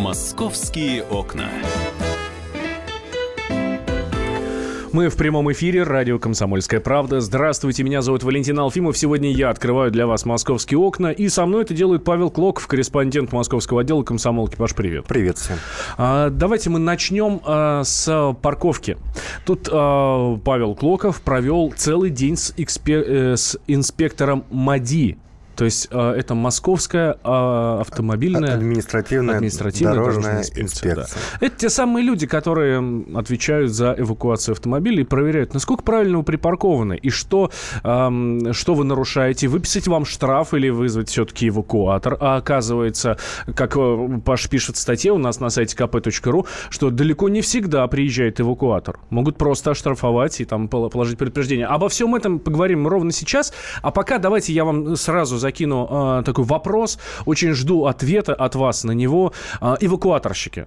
«Московские окна». Мы в прямом эфире, радио «Комсомольская правда». Здравствуйте, меня зовут Валентин Алфимов. Сегодня я открываю для вас «Московские окна». И со мной это делает Павел Клоков, корреспондент московского отдела «Комсомолки». Паш, привет. Привет всем. Давайте мы начнем с парковки. Тут Павел Клоков провел целый день с инспектором МАДИ. То есть это Московская автомобильная административная дорожная инспекция. Да. Это те самые люди, которые отвечают за эвакуацию автомобилей и проверяют, насколько правильно вы припаркованы и что вы нарушаете. Выписать вам штраф или вызвать все-таки эвакуатор. А оказывается, как Паш пишет в статье у нас на сайте kp.ru, что далеко не всегда приезжает эвакуатор. Могут просто оштрафовать и там положить предупреждение. Обо всем этом поговорим ровно сейчас. А пока давайте я вам сразу закину такой вопрос. Очень жду ответа от вас на него. Эвакуаторщики.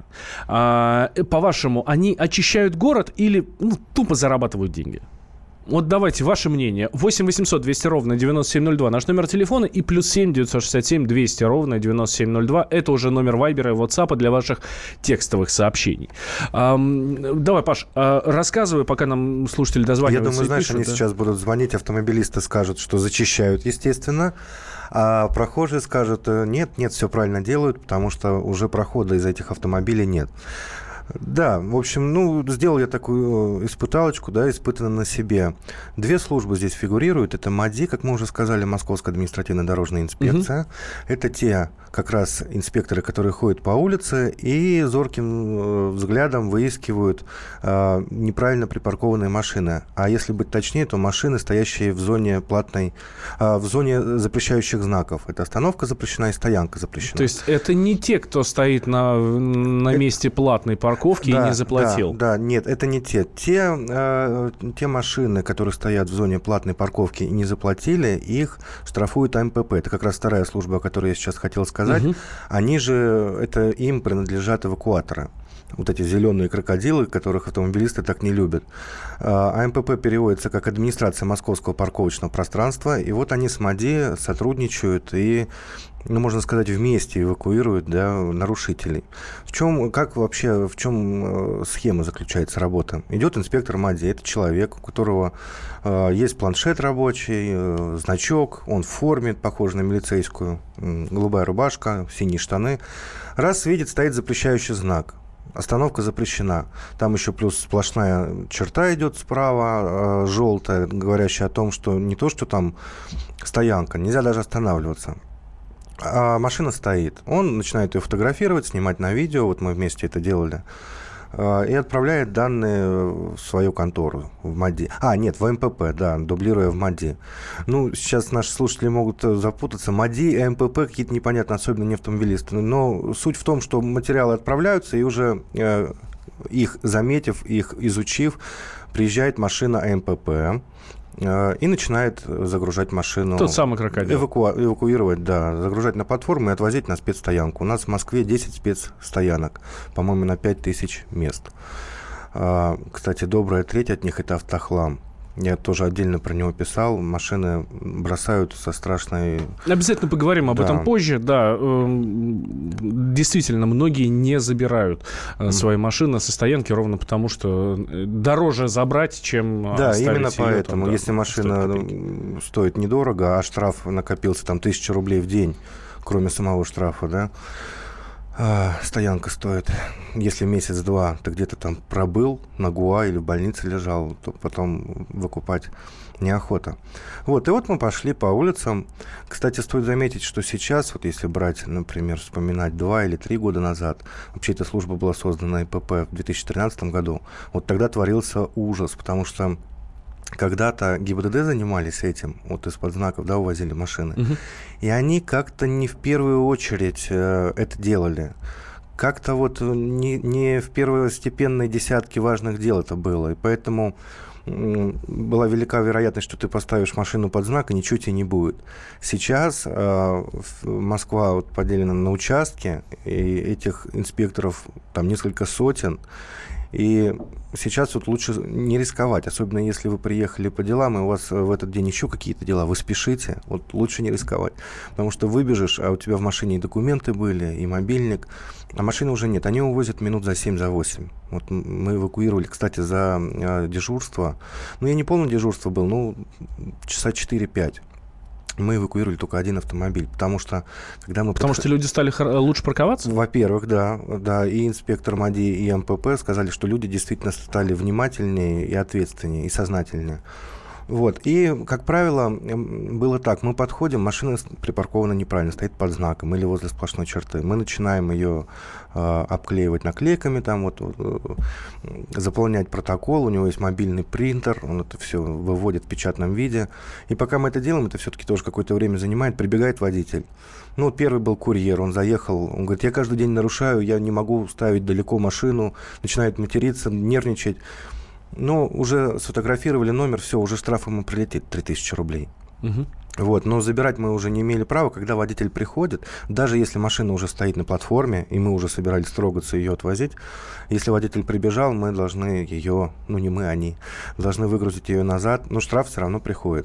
По-вашему, они очищают город или тупо зарабатывают деньги? Вот давайте ваше мнение. 8 800 200 ровно 9702 наш номер телефона и +7 967 200 ровно 9702. Это уже номер Вайбера и Ватсапа для ваших текстовых сообщений. Давай, Паш, рассказывай, пока нам слушатели дозваниваются. Я думаю, знаешь, они сейчас будут звонить, автомобилисты скажут, что зачищают, естественно. А прохожие скажут, нет, все правильно делают, потому что уже прохода из этих автомобилей нет. Да, в общем, сделал я такую испыталочку, испытанную на себе. Две службы здесь фигурируют. Это МАДИ, как мы уже сказали, Московская административная дорожная инспекция. Это те как раз инспекторы, которые ходят по улице и зорким взглядом выискивают неправильно припаркованные машины. А если быть точнее, то машины, стоящие в зоне платной, в зоне запрещающих знаков. Это остановка запрещена и стоянка запрещена. То есть это не те, кто стоит на месте платной парковки и не заплатил? Да, нет, это не те. Те машины, которые стоят в зоне платной парковки и не заплатили, их штрафуют АМПП. Это как раз вторая служба, о которой я сейчас хотел сказать. Они же, им принадлежат эвакуаторы. Вот эти зеленые крокодилы, которых автомобилисты так не любят. АМПП переводится как администрация московского парковочного пространства. И вот они с МАДИ сотрудничают и, можно сказать, вместе эвакуируют нарушителей. В чем схема заключается работа? Идет инспектор МАДИ. Это человек, у которого есть планшет рабочий, значок, он в форме, похожий на милицейскую, голубая рубашка, синие штаны. Раз видит, стоит запрещающий знак. Остановка запрещена. Там еще плюс сплошная черта идет справа, желтая, говорящая о том, что не то, что там стоянка, нельзя даже останавливаться. А машина стоит. Он начинает ее фотографировать, снимать на видео, вот мы вместе это делали, и отправляет данные в свою контору, в МАДИ. В МПП, дублируя в МАДИ. Сейчас наши слушатели могут запутаться. МАДИ и МПП какие-то непонятные, особенно не автомобилисты. Но суть в том, что материалы отправляются, и уже их заметив, их изучив, приезжает машина МПП и начинает загружать машину. Тот самый крокодил. Эвакуировать, загружать на платформу и отвозить на спецстоянку. У нас в Москве 10 спецстоянок, по-моему, на 5000 мест. Кстати, добрая треть от них – это автохлам. Я тоже отдельно про него писал. Машины бросают со страшной... Обязательно поговорим об этом позже. Да, действительно, многие не забирают свои машины со стоянки ровно потому, что дороже забрать, чем оставить именно ее поэтому. там, если машина стоит недорого, а штраф накопился 1000 рублей в день, кроме самого штрафа, стоянка стоит. Если месяц-два ты где-то там пробыл на ГУА или в больнице лежал, то потом выкупать неохота. И вот мы пошли по улицам. Кстати, стоит заметить, что сейчас, если брать, например, вспоминать 2 или 3 года назад, вообще эта служба была создана ИПП в 2013 году, тогда творился ужас, потому что когда-то ГИБДД занимались этим, из-под знаков, увозили машины. И они как-то не в первую очередь это делали. Как-то не в первостепенной десятке важных дел это было. И поэтому была велика вероятность, что ты поставишь машину под знак, и ничего тебе не будет. Сейчас Москва поделена на участки, и этих инспекторов там несколько сотен. И сейчас вот лучше не рисковать, особенно если вы приехали по делам, и у вас в этот день еще какие-то дела, вы спешите, вот лучше не рисковать. Потому что выбежишь, а у тебя в машине и документы были, и мобильник, а машины уже нет. Они увозят минут за 7, за 8. Вот мы эвакуировали, кстати, за дежурство. Ну, я не помню, дежурство был, часа 4-5. Мы эвакуировали только один автомобиль, потому что когда мы... Потому что люди стали лучше парковаться? Во-первых, да, и инспектор МАДИ, и МПП сказали, что люди действительно стали внимательнее и ответственнее, и сознательнее. Вот. И, как правило, было так. Мы подходим, машина припаркована неправильно, стоит под знаком или возле сплошной черты. Мы начинаем ее обклеивать наклейками, заполнять протокол. У него есть мобильный принтер, он это все выводит в печатном виде. И пока мы это делаем, это все-таки тоже какое-то время занимает, прибегает водитель. Первый был курьер, он заехал, он говорит, я каждый день нарушаю, я не могу ставить далеко машину, начинает материться, нервничать. Уже сфотографировали номер, все, уже штраф ему прилетит 3000 рублей. Угу. Вот, но забирать мы уже не имели права, когда водитель приходит, даже если машина уже стоит на платформе, и мы уже собирались трогаться и ее отвозить, если водитель прибежал, мы должны ее, не мы, они, должны выгрузить ее назад, но штраф все равно приходит.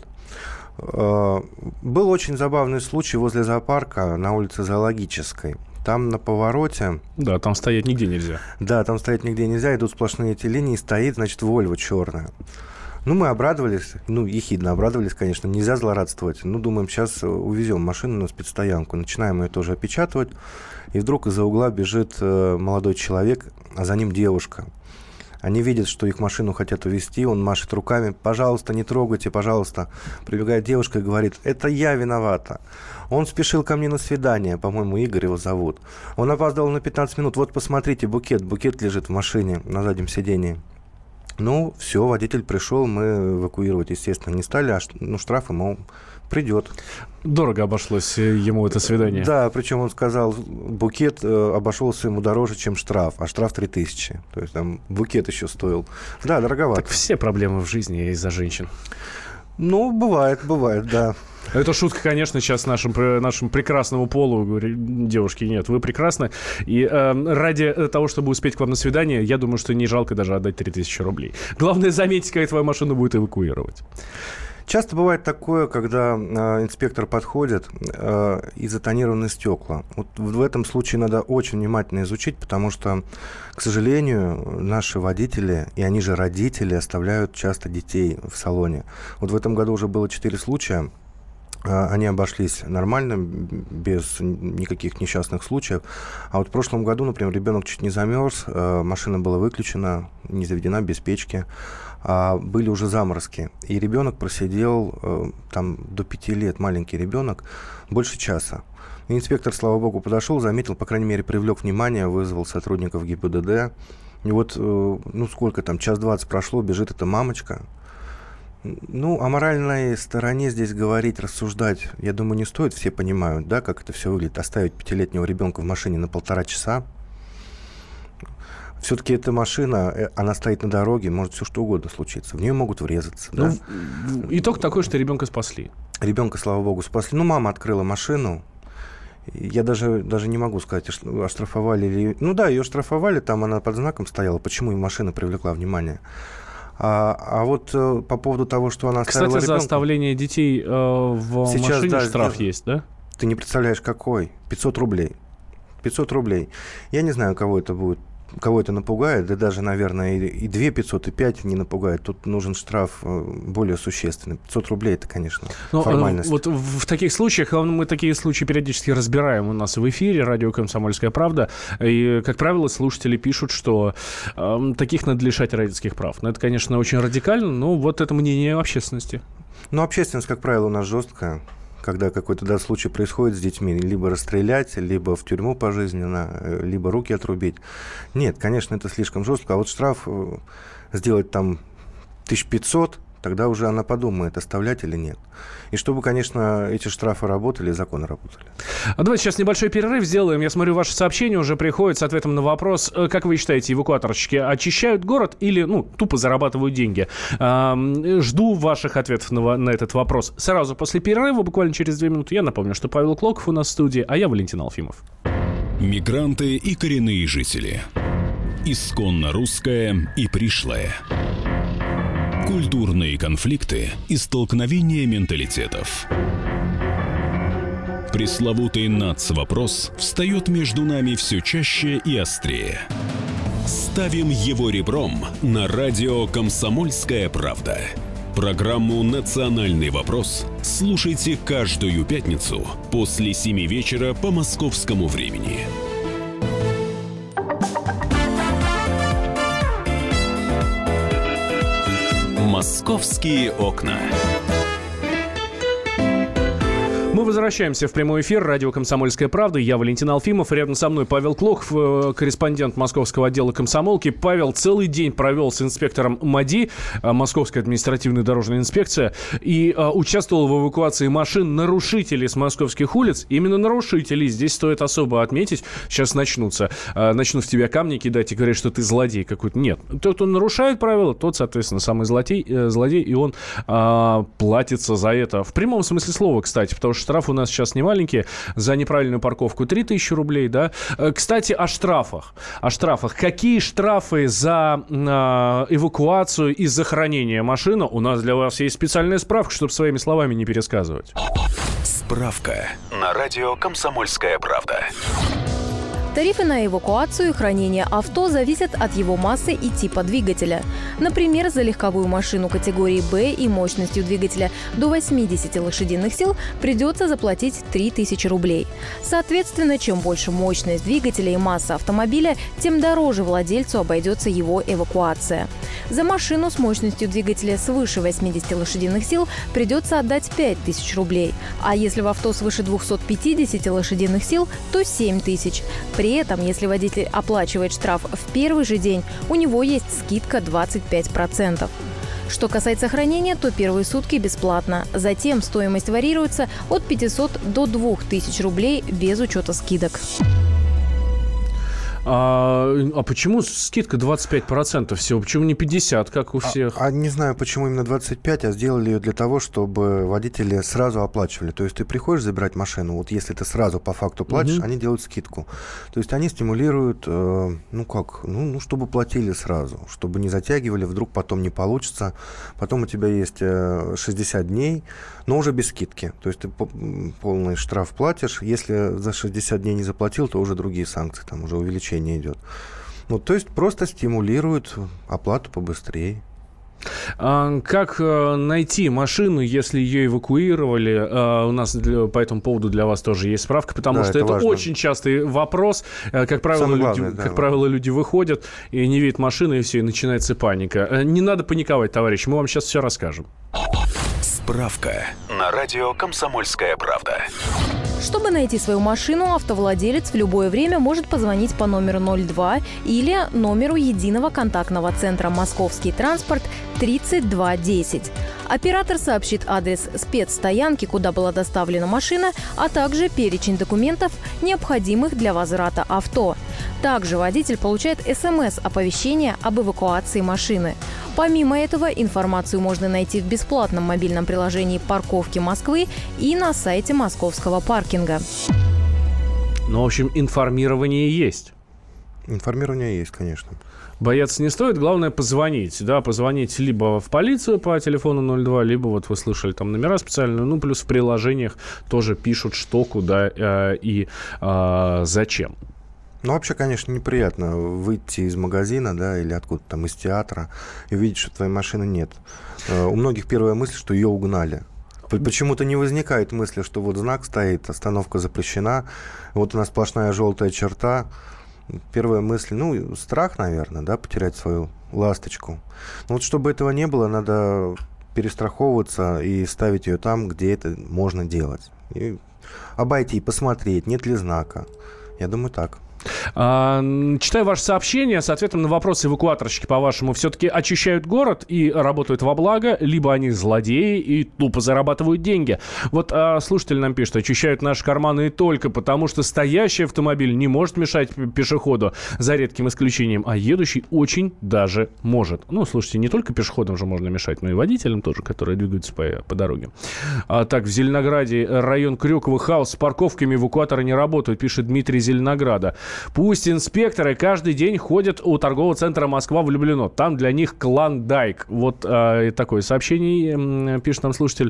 Был очень забавный случай возле зоопарка на улице Зоологической. Там на повороте... Да, там стоять нигде нельзя. Да, там стоять нигде нельзя, идут сплошные эти линии, стоит, значит, Вольво черная. Мы обрадовались, ехидно обрадовались, конечно, нельзя злорадствовать. Думаем, сейчас увезем машину на спецстоянку, начинаем ее тоже опечатывать, и вдруг из-за угла бежит молодой человек, а за ним девушка. Они видят, что их машину хотят увезти, он машет руками, пожалуйста, не трогайте, пожалуйста. Прибегает девушка и говорит, это я виновата. Он спешил ко мне на свидание, по-моему, Игорь его зовут. Он опаздывал на 15 минут, вот посмотрите, букет лежит в машине на заднем сидении. Все, водитель пришел, мы эвакуировать, естественно, не стали, а штраф ему придет. Дорого обошлось ему это свидание. Да, причем он сказал, букет обошелся ему дороже, чем штраф, а штраф 3000. То есть там букет еще стоил. Да, дороговато. Так все проблемы в жизни из-за женщин. Бывает, да. Это шутка, конечно, сейчас нашему прекрасному полу. Девушки, нет, вы прекрасны. И ради того, чтобы успеть к вам на свидание, я думаю, что не жалко даже отдать 3000 рублей. Главное, заметить, как твою машину будет эвакуировать. Часто бывает такое, когда инспектор подходит и затонированы стекла. Вот в этом случае надо очень внимательно изучить, потому что, к сожалению, наши водители, и они же родители, оставляют часто детей в салоне. Вот в этом году уже было 4 случая. Они обошлись нормально, без никаких несчастных случаев. А вот в прошлом году, например, ребенок чуть не замерз, машина была выключена, не заведена, без печки. Были уже заморозки. И ребенок просидел там до 5 лет, маленький ребенок, больше часа. И инспектор, слава богу, подошел, заметил, по крайней мере, привлек внимание, вызвал сотрудников ГИБДД. И вот, сколько там, 1:20 прошло, бежит эта мамочка. О моральной стороне здесь говорить, рассуждать, я думаю, не стоит. Все понимают, да, как это все выглядит. Оставить 5-летнего ребенка в машине на 1,5 часа. Все-таки эта машина, она стоит на дороге, может все что угодно случиться. В нее могут врезаться. Да? Итог такой, что ребенка спасли. Ребенка, слава богу, спасли. Мама открыла машину. Я даже не могу сказать, оштрафовали ли ее. Да, ее штрафовали, там она под знаком стояла. Почему и машина привлекла внимание? А вот по поводу того, что она оставила ребенка... Кстати, за оставление детей в машине штраф есть, да? Ты не представляешь, какой. 500 рублей. 500 рублей. Я не знаю, кого это напугает, да даже, наверное, и 2 500, и 5 не напугает. Тут нужен штраф более существенный. 500 рублей – это, конечно, формальность. Вот в таких случаях, мы такие случаи периодически разбираем у нас в эфире, радио «Комсомольская правда», и, как правило, слушатели пишут, что таких надо лишать родительских прав. Это, конечно, очень радикально, но вот это мнение общественности. Общественность, как правило, у нас жесткая. Когда какой-то случай происходит с детьми, либо расстрелять, либо в тюрьму пожизненно, либо руки отрубить. Нет, конечно, это слишком жестко. А вот штраф сделать там 1500, тогда уже она подумает, оставлять или нет. И чтобы, конечно, эти штрафы работали, законы работали. Давайте сейчас небольшой перерыв сделаем. Я смотрю, ваши сообщения уже приходят с ответом на вопрос. Как вы считаете, эвакуаторщики очищают город или тупо зарабатывают деньги? Жду ваших ответов на этот вопрос сразу после перерыва, буквально через 2 минуты. Я напомню, что Павел Клоков у нас в студии, а я Валентин Алфимов. Мигранты и коренные жители. Исконно русское и пришлое. Культурные конфликты и столкновения менталитетов. Пресловутый НАЦ-вопрос встает между нами все чаще и острее. Ставим его ребром на радио «Комсомольская правда». Программу «Национальный вопрос» слушайте каждую пятницу после 7 вечера по московскому времени. «Московские окна». Мы возвращаемся в прямой эфир. Радио «Комсомольская правда». Я Валентин Алфимов. Рядом со мной Павел Клоков, корреспондент московского отдела комсомолки. Павел целый день провел с инспектором МАДИ, Московская административная дорожная инспекция, и участвовал в эвакуации машин нарушителей с московских улиц. Именно нарушителей. Здесь стоит особо отметить. Сейчас начнутся. Начнут в тебя камни кидать и говорить, что ты злодей какой-то. Нет. Тот, кто нарушает правила, тот, соответственно, самый злодей, и он платится за это. В прямом смысле слова, кстати, потому что штрафы у нас сейчас не маленькие. За неправильную парковку 3000 рублей, да. Кстати, о штрафах. Какие штрафы за эвакуацию и за хранение машины? У нас для вас есть специальная справка, чтобы своими словами не пересказывать. Справка на радио «Комсомольская правда». Тарифы на эвакуацию и хранение авто зависят от его массы и типа двигателя. Например, за легковую машину категории «Б» и мощностью двигателя до 80 лошадиных сил придется заплатить 3000 рублей. Соответственно, чем больше мощность двигателя и масса автомобиля, тем дороже владельцу обойдется его эвакуация. За машину с мощностью двигателя свыше 80 лошадиных сил придется отдать 5000 рублей. А если в авто свыше 250 лошадиных сил, то 7000. При этом, если водитель оплачивает штраф в первый же день, у него есть скидка 25%. Что касается хранения, то первые сутки бесплатно. Затем стоимость варьируется от 500 до 2000 рублей без учета скидок. А почему скидка 25% всего? Почему не 50%, как у всех? Не знаю, почему именно 25%, а сделали ее для того, чтобы водители сразу оплачивали. То есть ты приходишь забирать машину, вот если ты сразу по факту платишь, они делают скидку. То есть они стимулируют, чтобы платили сразу, чтобы не затягивали, вдруг потом не получится. Потом у тебя есть 60 дней, но уже без скидки. То есть ты полный штраф платишь. Если за 60 дней не заплатил, то уже другие санкции, там уже увеличение идет. То есть просто стимулируют оплату побыстрее. Как найти машину, если ее эвакуировали? У нас по этому поводу для вас тоже есть справка, потому что это очень частый вопрос. Как правило, люди выходят и не видят машины, и все, и начинается паника. Не надо паниковать, товарищи, мы вам сейчас все расскажем. Справка на радио «Комсомольская правда». Чтобы найти свою машину, автовладелец в любое время может позвонить по номеру 02 или номеру единого контактного центра «Московский транспорт» 3210. Оператор сообщит адрес спецстоянки, куда была доставлена машина, а также перечень документов, необходимых для возврата авто. Также водитель получает СМС-оповещение об эвакуации машины. Помимо этого, информацию можно найти в бесплатном мобильном приложении «Парковки Москвы» и на сайте московского паркинга. В общем, информирование есть. Информирование есть, конечно. Бояться не стоит, главное позвонить. Да, позвонить либо в полицию по телефону 02, либо вот вы слышали там номера специальные, плюс в приложениях тоже пишут, что, куда и зачем. Вообще, конечно, неприятно выйти из магазина, да, или откуда-то там из театра и увидеть, что твоей машины нет. У многих первая мысль, что ее угнали. Почему-то не возникает мысли, что вот знак стоит, остановка запрещена, вот у нас сплошная желтая черта. Первая мысль, страх, наверное, да, потерять свою ласточку. Но вот чтобы этого не было, надо перестраховываться и ставить ее там, где это можно делать. И обойти, посмотреть, нет ли знака. Я думаю, так. Читаю ваше сообщение. С ответом на вопрос: эвакуаторщики, по-вашему, все-таки очищают город и работают во благо, либо они злодеи и тупо зарабатывают деньги? Вот слушатель нам пишет: очищают наши карманы и только потому, что стоящий автомобиль не может мешать пешеходу, за редким исключением, а едущий очень даже может. Слушайте, не только пешеходам же можно мешать, но и водителям тоже, которые двигаются по дороге. Так, в Зеленограде район Крюково, хаос с парковками, эвакуаторы не работают, пишет Дмитрий Зеленограда. Пусть инспекторы каждый день ходят у торгового центра «Москва» влюблено. Там для них клондайк. Вот такое сообщение пишет нам слушатель.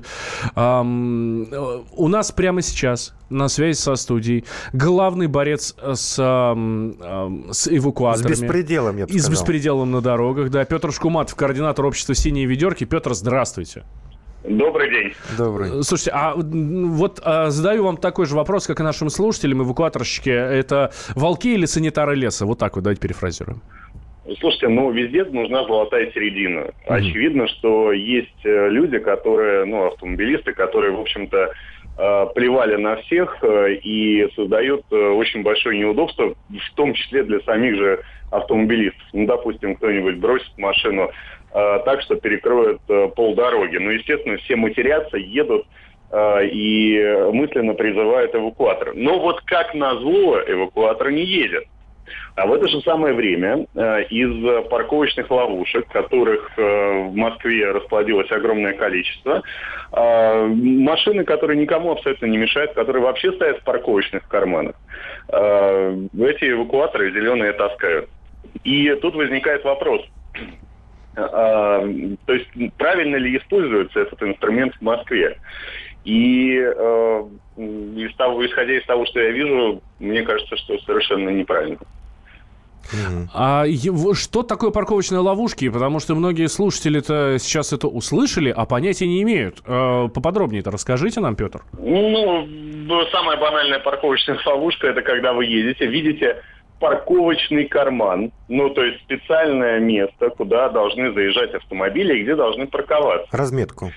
У нас прямо сейчас на связи со студией главный борец с эвакуаторами. С беспределом, я бы сказал. И с беспределом на дорогах. Да, Петр Шкуматов, координатор общества «Синие ведерки». Петр, здравствуйте. Добрый день. Добрый. Слушайте, задаю вам такой же вопрос, как и нашим слушателям, эвакуаторщики. Это волки или санитары леса? Вот так вот, давайте перефразируем. Слушайте, везде нужна золотая середина. Очевидно, что есть люди, которые, автомобилисты, которые, в общем-то, плевали на всех и создают очень большое неудобство, в том числе для самих же автомобилистов. Допустим, кто-нибудь бросит машину так, что перекроет полдороги. Естественно, все матерятся, едут и мысленно призывают эвакуатор. Но вот как назло, эвакуатор не едет. А в это же самое время из парковочных ловушек, которых в Москве расплодилось огромное количество, машины, которые никому абсолютно не мешают, которые вообще стоят в парковочных карманах, эти эвакуаторы зеленые таскают. И тут возникает вопрос, то есть правильно ли используется этот инструмент в Москве? И исходя из того, что я вижу, мне кажется, что совершенно неправильно. Что такое парковочные ловушки? Потому что многие слушатели-то сейчас это услышали, а понятия не имеют. Поподробнее-то расскажите нам, Петр. Самая банальная парковочная ловушка — это когда вы едете, видите парковочный карман, то есть специальное место, куда должны заезжать автомобили и где должны парковаться. Разметку.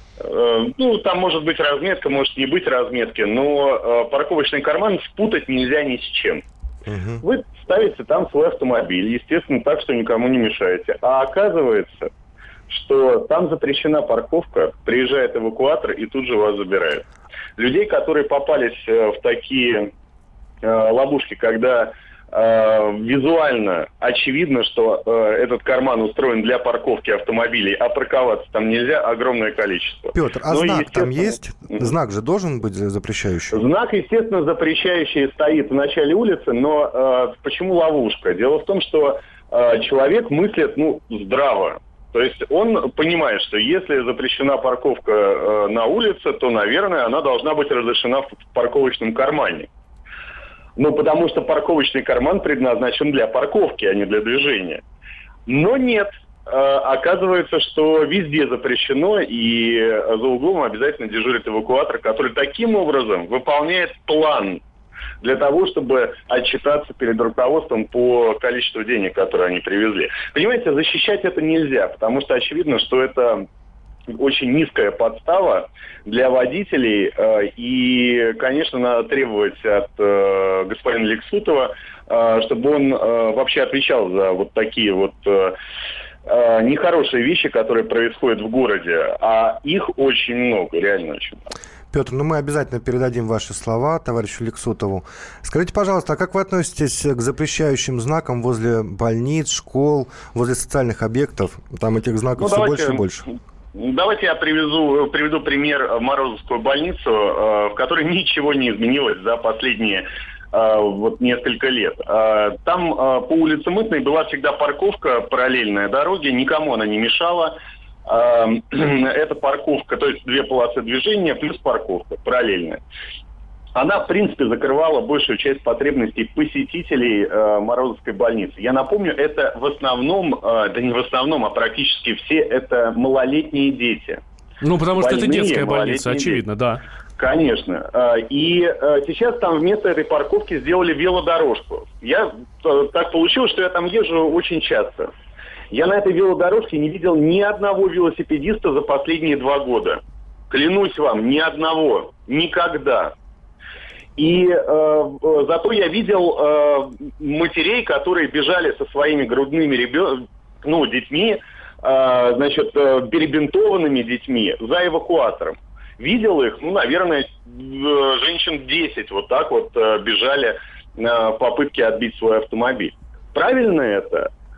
Там может быть разметка, может не быть разметки, но парковочный карман спутать нельзя ни с чем. Вы ставите там свой автомобиль, естественно, так, что никому не мешаете. А оказывается, что там запрещена парковка, приезжает эвакуатор и тут же вас забирают. Людей, которые попались в такие ловушки, когда визуально очевидно, что этот карман устроен для парковки автомобилей, а парковаться там нельзя, огромное количество. Петр, знак там есть? Знак же должен быть запрещающий? Знак, естественно, запрещающий стоит в начале улицы, но почему ловушка? Дело в том, что человек мыслит, здраво. То есть он понимает, что если запрещена парковка на улице, то, наверное, она должна быть разрешена в парковочном кармане. Потому что парковочный карман предназначен для парковки, а не для движения. Но нет. Оказывается, что везде запрещено, и за углом обязательно дежурит эвакуатор, который таким образом выполняет план для того, чтобы отчитаться перед руководством по количеству денег, которые они привезли. Понимаете, защищать это нельзя, потому что очевидно, что это очень низкая подстава для водителей, и, конечно, надо требовать от господина Лексутова, чтобы он вообще отвечал за вот такие вот нехорошие вещи, которые происходят в городе, а их очень много, реально очень много. Петр, мы обязательно передадим ваши слова товарищу Лексутову. Скажите, пожалуйста, а как вы относитесь к запрещающим знакам возле больниц, школ, возле социальных объектов? Там этих знаков все больше и больше. Давайте я приведу пример Морозовскую больницу, в которой ничего не изменилось за последние несколько лет. Там по улице Мытной была всегда парковка параллельная дороге, никому она не мешала. Эта парковка, то есть 2 полосы движения плюс парковка параллельная. Она, в принципе, закрывала большую часть потребностей посетителей Морозовской больницы. Я напомню, это в основном, да не в основном, а практически все, это малолетние дети. Потому что это детская больница, очевидно, дети. Да. Конечно. И сейчас там вместо этой парковки сделали велодорожку. Так получилось, что я там езжу очень часто. Я на этой велодорожке не видел ни одного велосипедиста за последние 2 года. Клянусь вам, ни одного. Никогда. И зато я видел матерей, которые бежали со своими грудными детьми, перебинтованными детьми за эвакуатором. Видел их, наверное, женщин 10 вот так вот бежали в попытке отбить свой автомобиль. Правильно это?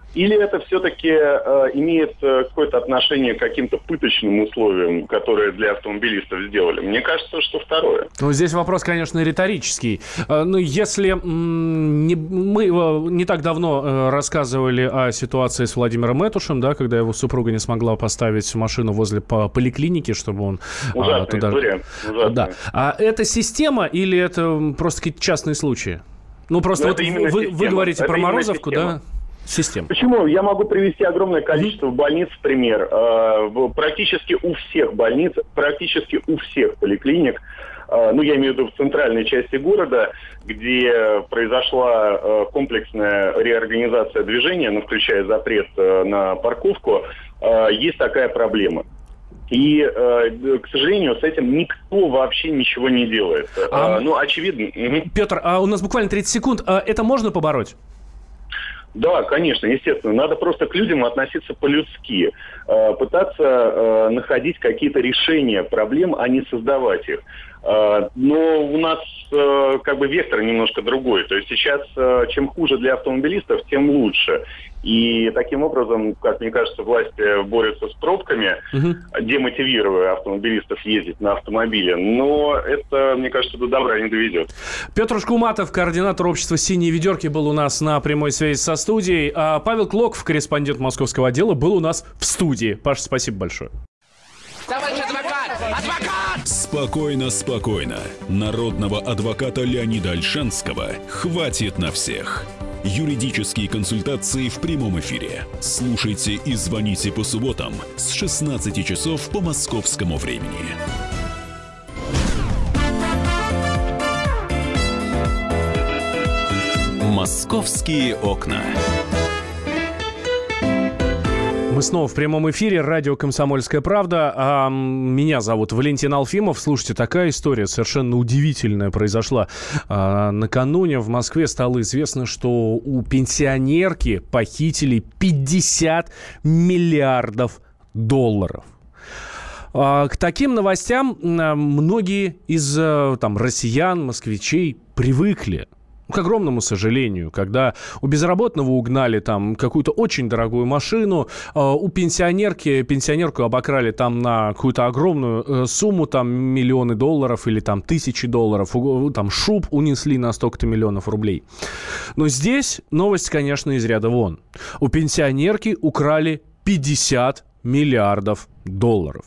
Или это все-таки имеет какое-то отношение к каким-то пыточным условиям, которые для автомобилистов сделали? Мне кажется, что второе. Ну, здесь вопрос, конечно, риторический. Ну, если мы не так давно рассказывали о ситуации с Владимиром Этушем, да, когда его супруга не смогла поставить машину возле поликлиники, чтобы он ужасная туда... история. Ужасная. Да. А это система или это просто какие-то частные случаи? Ну, просто вот вы говорите про Морозовку, да? Система. Почему? Я могу привести огромное количество больниц в пример. Практически у всех больниц, практически у всех поликлиник, ну, я имею в виду в центральной части города, где произошла комплексная реорганизация движения, ну, включая запрет на парковку, есть такая проблема. И, к сожалению, с этим никто вообще ничего не делает. Ну, очевидно. Петр, а у нас буквально 30 секунд. Это можно побороть? Да, конечно, естественно. Надо просто к людям относиться по-людски. Пытаться находить какие-то решения проблем, а не создавать их. Но у нас как бы вектор немножко другой. То есть сейчас чем хуже для автомобилистов, тем лучше. И таким образом, как мне кажется, власти борются с пробками, демотивируя автомобилистов ездить на автомобиле. Но это, мне кажется, до добра не доведет. Петр Шкуматов, координатор общества «Синие ведерки», был у нас на прямой связи со студией. А Павел Клоков, корреспондент московского отдела, был у нас в студии. Паша, спасибо большое. Товарищ адвокат! Адвокат! Спокойно, спокойно. Народного адвоката Леонида Ольшанского хватит на всех. Юридические консультации в прямом эфире. Слушайте и звоните по субботам с 16 часов по московскому времени. «Московские окна». Мы снова в прямом эфире. Радио «Комсомольская правда». Меня зовут Валентин Алфимов. Слушайте, такая история совершенно удивительная произошла. Накануне в Москве стало известно, что у пенсионерки похитили 50 миллиардов долларов. К таким новостям многие из россиян, москвичей привыкли. К огромному сожалению, когда у безработного угнали там какую-то очень дорогую машину, у пенсионерку обокрали там на какую-то огромную сумму, там миллионы долларов или там тысячи долларов, там шуб унесли на столько-то миллионов рублей. Но здесь новость, конечно, из ряда вон. У пенсионерки украли 50 миллиардов долларов.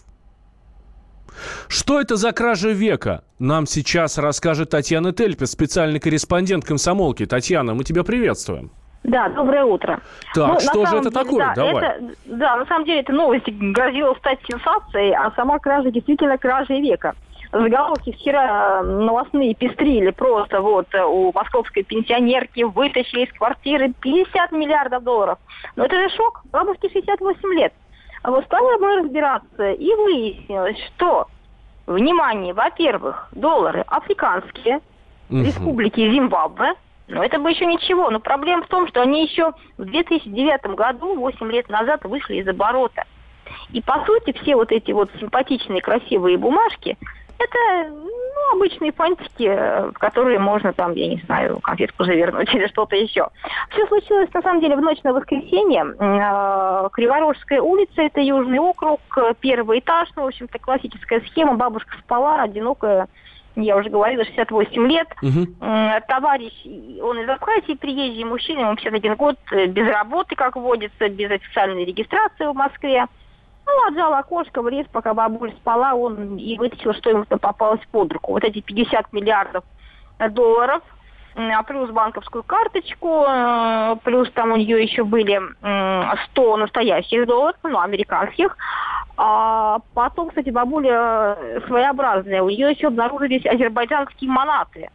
Что это за кража века? Нам сейчас расскажет Татьяна Тельпес, специальный корреспондент «Комсомолки». Татьяна, мы тебя приветствуем. Да, доброе утро. Так, что же это такое? Да, давай. На самом деле, эта новость грозила стать сенсацией, а сама кража действительно кражей века. Заголовки вчера новостные пестрили просто у московской пенсионерки вытащили из квартиры 50 миллиардов долларов. Но это же шок, бабушке 68 лет. А вот стали мы разбираться, и выяснилось, что, внимание, во-первых, доллары африканские, республики Зимбабве, но это бы еще ничего. Но проблема в том, что они еще в 2009 году, 8 лет назад, вышли из оборота. И, по сути, все вот эти вот симпатичные, красивые бумажки, это обычные фантики, в которые можно там, я не знаю, конфетку завернуть или что-то еще. Все случилось, на самом деле, в ночь на воскресенье. Криворожская улица, это Южный округ, первый этаж, в общем-то, классическая схема. Бабушка спала, одинокая, я уже говорила, 68 лет. Товарищ, он из Абхазии, приезжий мужчина, ему 51 год, без работы, как водится, без официальной регистрации в Москве. Ну, отжал окошко, влез, пока бабуля спала, он и вытащил, что ему попалось под руку. Вот эти 50 миллиардов долларов, плюс банковскую карточку, плюс там у нее еще были 100 настоящих долларов, американских. А потом, кстати, бабуля своеобразная, у нее еще обнаружились азербайджанские манаты.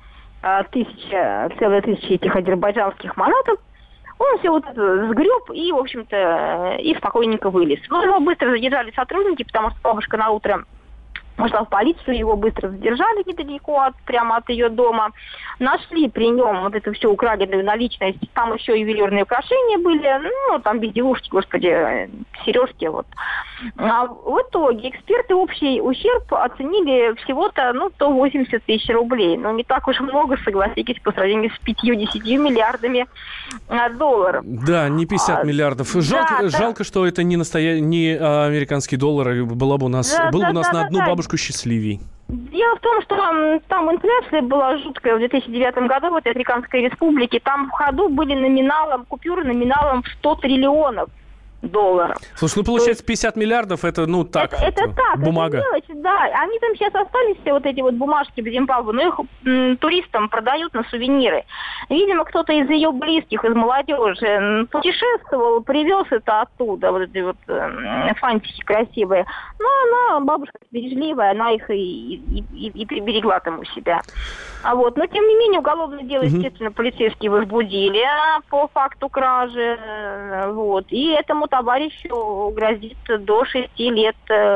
Целые тысячи этих азербайджанских манатов. Он все вот это сгреб и, в общем-то, и спокойненько вылез. Но его быстро задержали сотрудники, потому что бабушка на утро Пошла в полицию, его быстро задержали недалеко прямо от ее дома. Нашли при нем вот эту всю украденную наличность. Там еще ювелирные украшения были, ну, там безделушки, господи, сережки, вот. А в итоге эксперты общий ущерб оценили всего-то, 180 тысяч рублей. Ну, не так уж много, согласитесь, по сравнению с 5-10 миллиардами долларов. Да, не 50 миллиардов. Жалко, что это не американские доллары. Было бы у нас на одну бабушку счастливей. Дело в том, что там инфляция была жуткая в 2009 году в этой Африканской республике. Там в ходу были купюры номиналом в 100 триллионов долларов. Слушай, получается 50 миллиардов, это так, это так, бумага. Это мелочь, да. Они там сейчас остались, все вот эти вот бумажки в Зимбабве, но их туристам продают на сувениры. Видимо, кто-то из ее близких, из молодежи, путешествовал, привез это оттуда, вот эти вот фантики красивые. Но она, бабушка бережливая, она их и приберегла там у себя. Но тем не менее, уголовное дело, естественно, полицейские возбудили по факту кражи. И этому товарищу грозит до 6 лет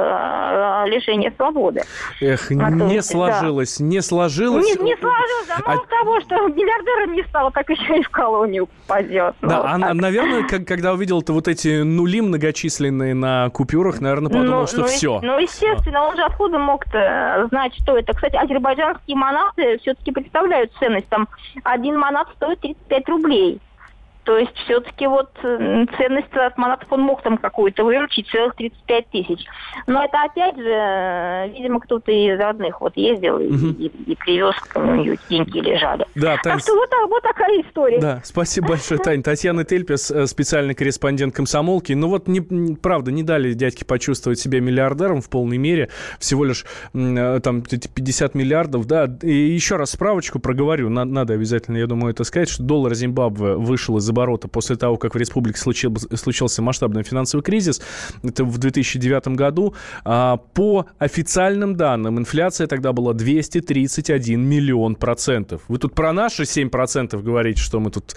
лишения свободы. Эх, не сложилось. Не сложилось. Мало того, что миллиардером не стало, так еще и в колонию попадет. Да, наверное, когда увидел-то вот эти нули многочисленные на купюрах, наверное, подумал, что все. Естественно, он же откуда мог-то знать, что это. Кстати, азербайджанские манаты все-таки представляют ценность. Там один манат стоит 35 рублей. То есть все-таки ценность от манатов он мог там какую-то выручить, целых 35 тысяч. Но это опять же, видимо, кто-то из родных ездил и привез, у него деньги лежали. Да, так что вот такая история. Да, спасибо большое, Тань. Татьяна Тельпес, специальный корреспондент «Комсомолки». Правда, не дали дядьке почувствовать себя миллиардером в полной мере. Всего лишь там 50 миллиардов, да. И еще раз справочку проговорю. Надо обязательно, я думаю, это сказать, что доллар Зимбабве вышел из оборота после того, как в республике случился масштабный финансовый кризис. Это в 2009 году. По официальным данным, инфляция тогда была 231 миллион процентов. Вы тут про наши 7% говорите, что мы тут...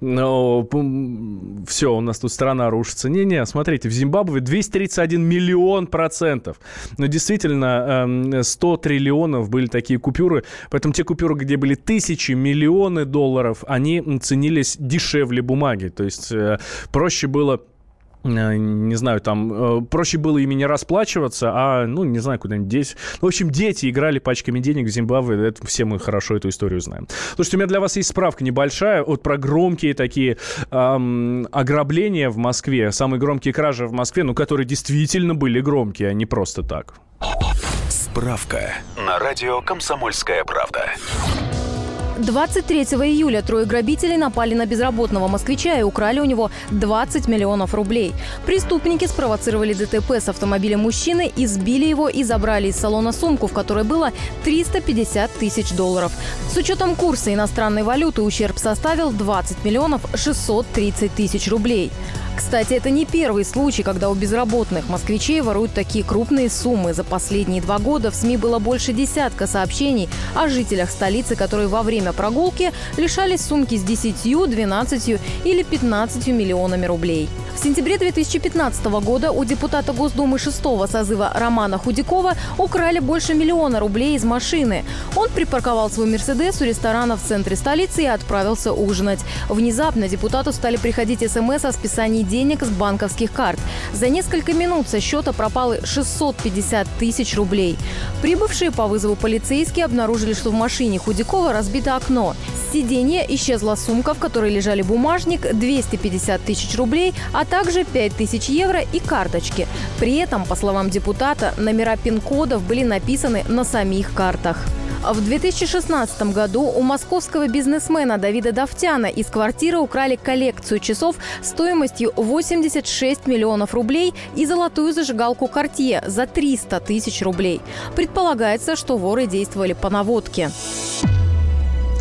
все, у нас тут страна рушится. Не-не, смотрите, в Зимбабве 231 миллион процентов. Но действительно, 100 триллионов были такие купюры. Поэтому те купюры, где были тысячи, миллионы долларов, они ценились дешевле бумаги. То есть проще было, не знаю, проще было ими не расплачиваться, не знаю, куда-нибудь деть. В общем, дети играли пачками денег в Зимбабве. Это все мы хорошо эту историю знаем. Слушайте, у меня для вас есть справка небольшая про громкие такие ограбления в Москве. Самые громкие кражи в Москве, которые действительно были громкие, а не просто так. Справка на радио «Комсомольская правда». 23 июля трое грабителей напали на безработного москвича и украли у него 20 миллионов рублей. Преступники спровоцировали ДТП с автомобилем мужчины, избили его и забрали из салона сумку, в которой было 350 тысяч долларов. С учетом курса иностранной валюты ущерб составил 20 миллионов 630 тысяч рублей. Кстати, это не первый случай, когда у безработных москвичей воруют такие крупные суммы. За последние 2 года в СМИ было больше десятка сообщений о жителях столицы, которые во время прогулки лишались сумки с 10, 12 или 15 миллионами рублей. В сентябре 2015 года у депутата Госдумы 6-го созыва Романа Худякова украли больше 1 миллиона рублей из машины. Он припарковал свой «Мерседес» у ресторана в центре столицы и отправился ужинать. Внезапно депутату стали приходить СМС о списании денег с банковских карт. За несколько минут со счета пропало 650 тысяч рублей. Прибывшие по вызову полицейские обнаружили, что в машине Худякова разбито окно. С сиденья исчезла сумка, в которой лежали бумажник, 250 тысяч рублей, а также 5000 евро и карточки. При этом, по словам депутата, номера пин-кодов были написаны на самих картах. В 2016 году у московского бизнесмена Давида Давтяна из квартиры украли коллекцию часов стоимостью 86 миллионов рублей и золотую зажигалку Cartier за 300 тысяч рублей. Предполагается, что воры действовали по наводке.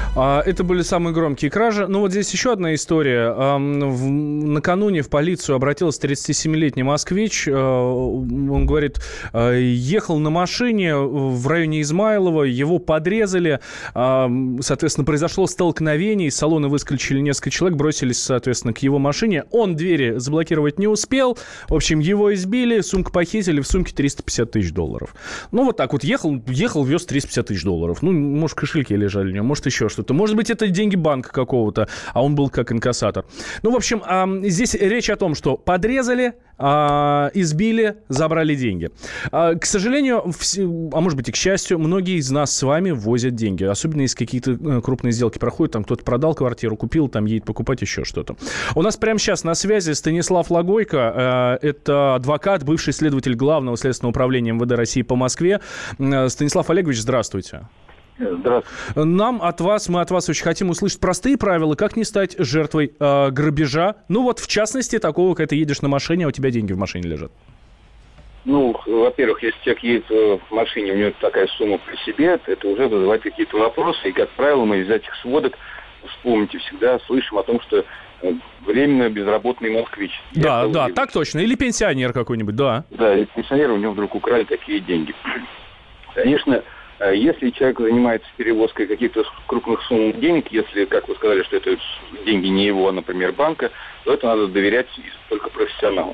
Это были самые громкие кражи. Ну, вот здесь еще одна история. Накануне в полицию обратился 37-летний москвич. Он говорит, ехал на машине в районе Измайлова, его подрезали. Соответственно, произошло столкновение, из салона выскочили несколько человек, бросились, соответственно, к его машине. Он двери заблокировать не успел. В общем, его избили, сумку похитили, в сумке $350 тысяч. Ну, вот так вот ехал, вез $350 тысяч. Ну, может, кошельки лежали у него, может, еще что-то. Может быть, это деньги банка какого-то, а он был как инкассатор. Ну, в общем, здесь речь о том, что подрезали, избили, забрали деньги. К сожалению, а может быть и к счастью, многие из нас с вами возят деньги. Особенно если какие-то крупные сделки проходят, там кто-то продал квартиру, купил, там едет покупать еще что-то. У нас прямо сейчас на связи Станислав Логойко. Это адвокат, бывший следователь Главного следственного управления МВД России по Москве. Станислав Олегович, здравствуйте. Здравствуйте. Мы от вас очень хотим услышать простые правила, как не стать жертвой грабежа. Ну вот, в частности, такого, когда ты едешь на машине, а у тебя деньги в машине лежат. Ну, во-первых, если человек едет в машине, у него такая сумма при себе, это уже вызывает какие-то вопросы. И, как правило, мы из этих сводок, вспомните, всегда слышим о том, что временно безработный москвич. Да, так точно. Или пенсионер какой-нибудь, да. Да, или пенсионер, у него вдруг украли такие деньги. Конечно, если человек занимается перевозкой каких-то крупных сумм денег, если, как вы сказали, что это деньги не его, а, например, банка, то это надо доверять только профессионалам.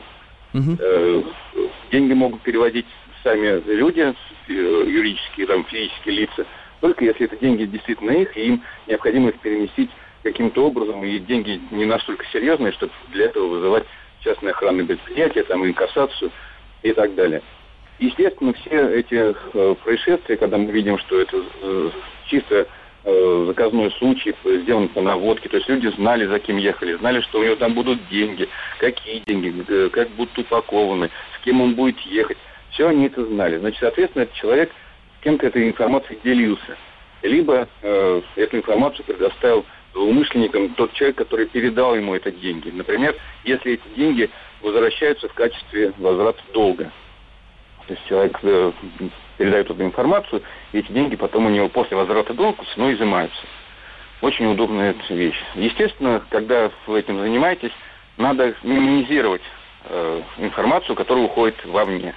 Деньги могут переводить сами люди, юридические, физические лица, только если это деньги действительно их, и им необходимо их переместить каким-то образом, и деньги не настолько серьезные, чтобы для этого вызывать частные охранные предприятия, инкассацию и так далее. Естественно, все эти происшествия, когда мы видим, что это чисто заказной случай, сделан по наводке, то есть люди знали, за кем ехали, знали, что у него там будут деньги, какие деньги, как будут упакованы, с кем он будет ехать. Все они это знали. Значит, соответственно, этот человек с кем-то этой информацией делился. Либо эту информацию предоставил злоумышленникам тот человек, который передал ему эти деньги. Например, если эти деньги возвращаются в качестве возврата долга. То есть человек передает эту информацию, и эти деньги потом у него после возврата долга изымаются. Очень удобная эта вещь. Естественно, когда вы этим занимаетесь, надо минимизировать информацию, которая уходит вовне.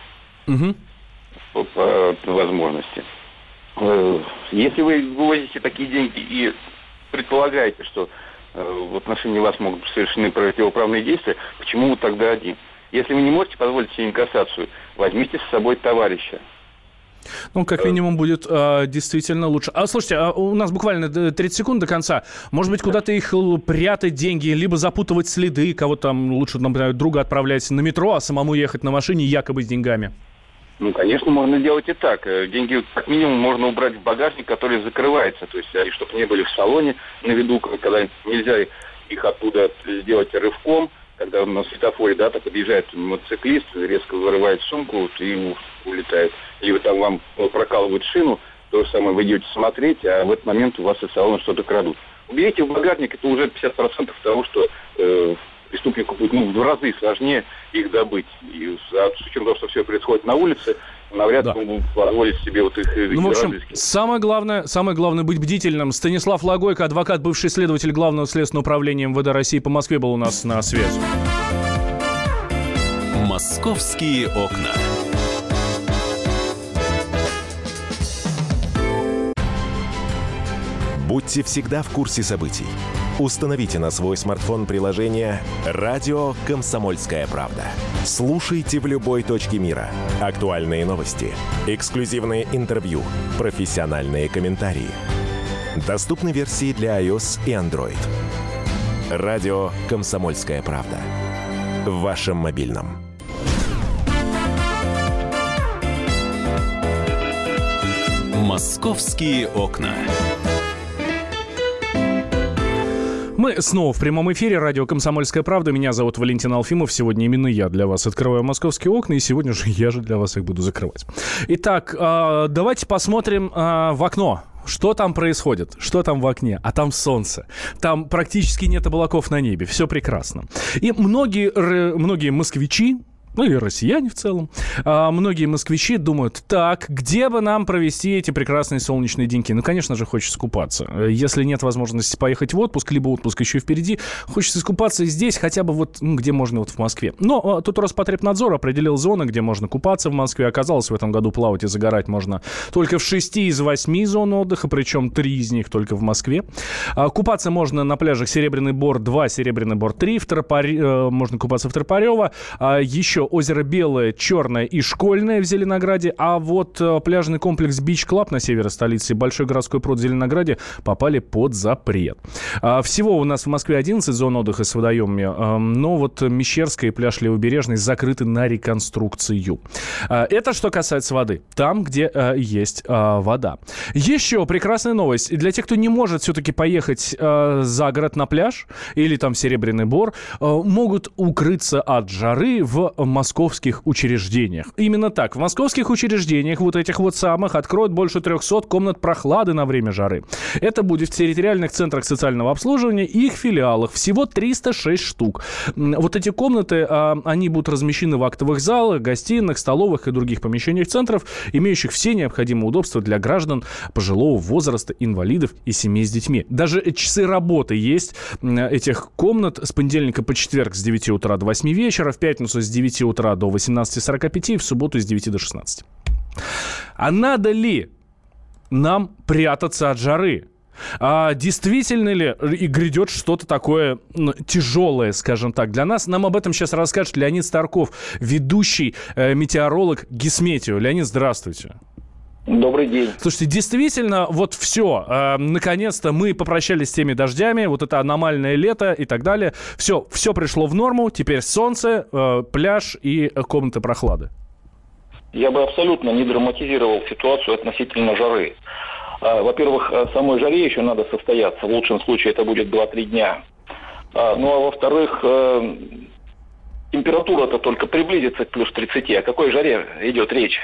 По возможности. Если вы вывозите такие деньги и предполагаете, что в отношении вас могут быть совершены противоправные действия, почему вы тогда один? Если вы не можете позволить себе инкассацию, возьмите с собой товарища. Ну, как минимум, будет действительно лучше. Слушайте, у нас буквально 30 секунд до конца. Может быть, куда-то их прятать деньги, либо запутывать следы, кого-то там лучше, например, друга отправлять на метро, а самому ехать на машине якобы с деньгами? Ну, конечно, можно делать и так. Деньги, как минимум, можно убрать в багажник, который закрывается. То есть, чтобы не были в салоне на виду, когда нельзя их оттуда сделать рывком. Когда на светофоре, подъезжает мотоциклист, резко вырывает сумку и улетает. Либо там вам прокалывают шину, то же самое вы идете смотреть, а в этот момент у вас из салона что-то крадут. Уберите в багажник, это уже 50% того, что преступнику будет в разы сложнее их добыть. И с учетом того, что все происходит на улице, навряд ли он будет позволить себе их в общем, самое главное быть бдительным. Станислав Логойко, адвокат, бывший следователь Главного следственного управления МВД России по Москве, был у нас на связи. «Московские окна». Будьте всегда в курсе событий. Установите на свой смартфон приложение «Радио Комсомольская правда». Слушайте в любой точке мира. Актуальные новости, эксклюзивные интервью, профессиональные комментарии. Доступны версии для iOS и Android. «Радио Комсомольская правда». В вашем мобильном. «Московские окна». Мы снова в прямом эфире. Радио «Комсомольская правда». Меня зовут Валентин Алфимов. Сегодня именно я для вас открываю московские окна. И сегодня же я же для вас их буду закрывать. Итак, давайте посмотрим в окно. Что там происходит? Что там в окне? А там солнце. Там практически нет облаков на небе. Все прекрасно. И многие москвичи ну или россияне в целом, многие москвичи думают, так, где бы нам провести эти прекрасные солнечные деньки? Ну, конечно же, хочется купаться. Если нет возможности поехать в отпуск, либо отпуск еще впереди, хочется искупаться здесь, хотя бы вот, где можно вот в Москве. Но тут Роспотребнадзор определил зоны, где можно купаться в Москве. Оказалось, в этом году плавать и загорать можно только в 6 из 8 зон отдыха, причем 3 из них только в Москве. Купаться можно на пляжах Серебряный Бор 2, Серебряный Бор 3, можно купаться в Тропарево. Еще озеро Белое, Черное и Школьное в Зеленограде. А вот пляжный комплекс Beach Club на севере столицы и Большой городской пруд в Зеленограде попали под запрет. Всего у нас в Москве 11 зон отдыха с водоемами, но вот Мещерская и пляж Левобережный закрыты на реконструкцию. Это что касается воды. Там, где есть вода. Еще прекрасная новость. Для тех, кто не может все-таки поехать за город на пляж или там в Серебряный Бор, могут укрыться от жары в московских учреждениях. Именно так. В московских учреждениях вот этих вот самых откроют больше 300 комнат прохлады на время жары. Это будет в территориальных центрах социального обслуживания и их филиалах. Всего 306 штук. Вот эти комнаты, они будут размещены в актовых залах, гостиных, столовых и других помещениях центров, имеющих все необходимые удобства для граждан пожилого возраста, инвалидов и семей с детьми. Даже часы работы есть этих комнат с понедельника по четверг с 9 утра до 8 вечера, в пятницу с 9 утра до 18:45 и в субботу с 9 до 16. А надо ли нам прятаться от жары? Действительно ли и грядет что-то такое тяжелое, скажем так, для нас? Нам об этом сейчас расскажет Леонид Старков, ведущий метеоролог Гисметео. Леонид, здравствуйте. Добрый день. Слушайте, действительно, вот все. Наконец-то мы попрощались с теми дождями, вот это аномальное лето и так далее. Все пришло в норму. Теперь солнце, пляж и комнаты прохлады. Я бы абсолютно не драматизировал ситуацию относительно жары. Во-первых, самой жаре еще надо состояться. В лучшем случае это будет 2-3 дня. Ну а во-вторых, температура-то только приблизится к плюс 30. О какой жаре идет речь?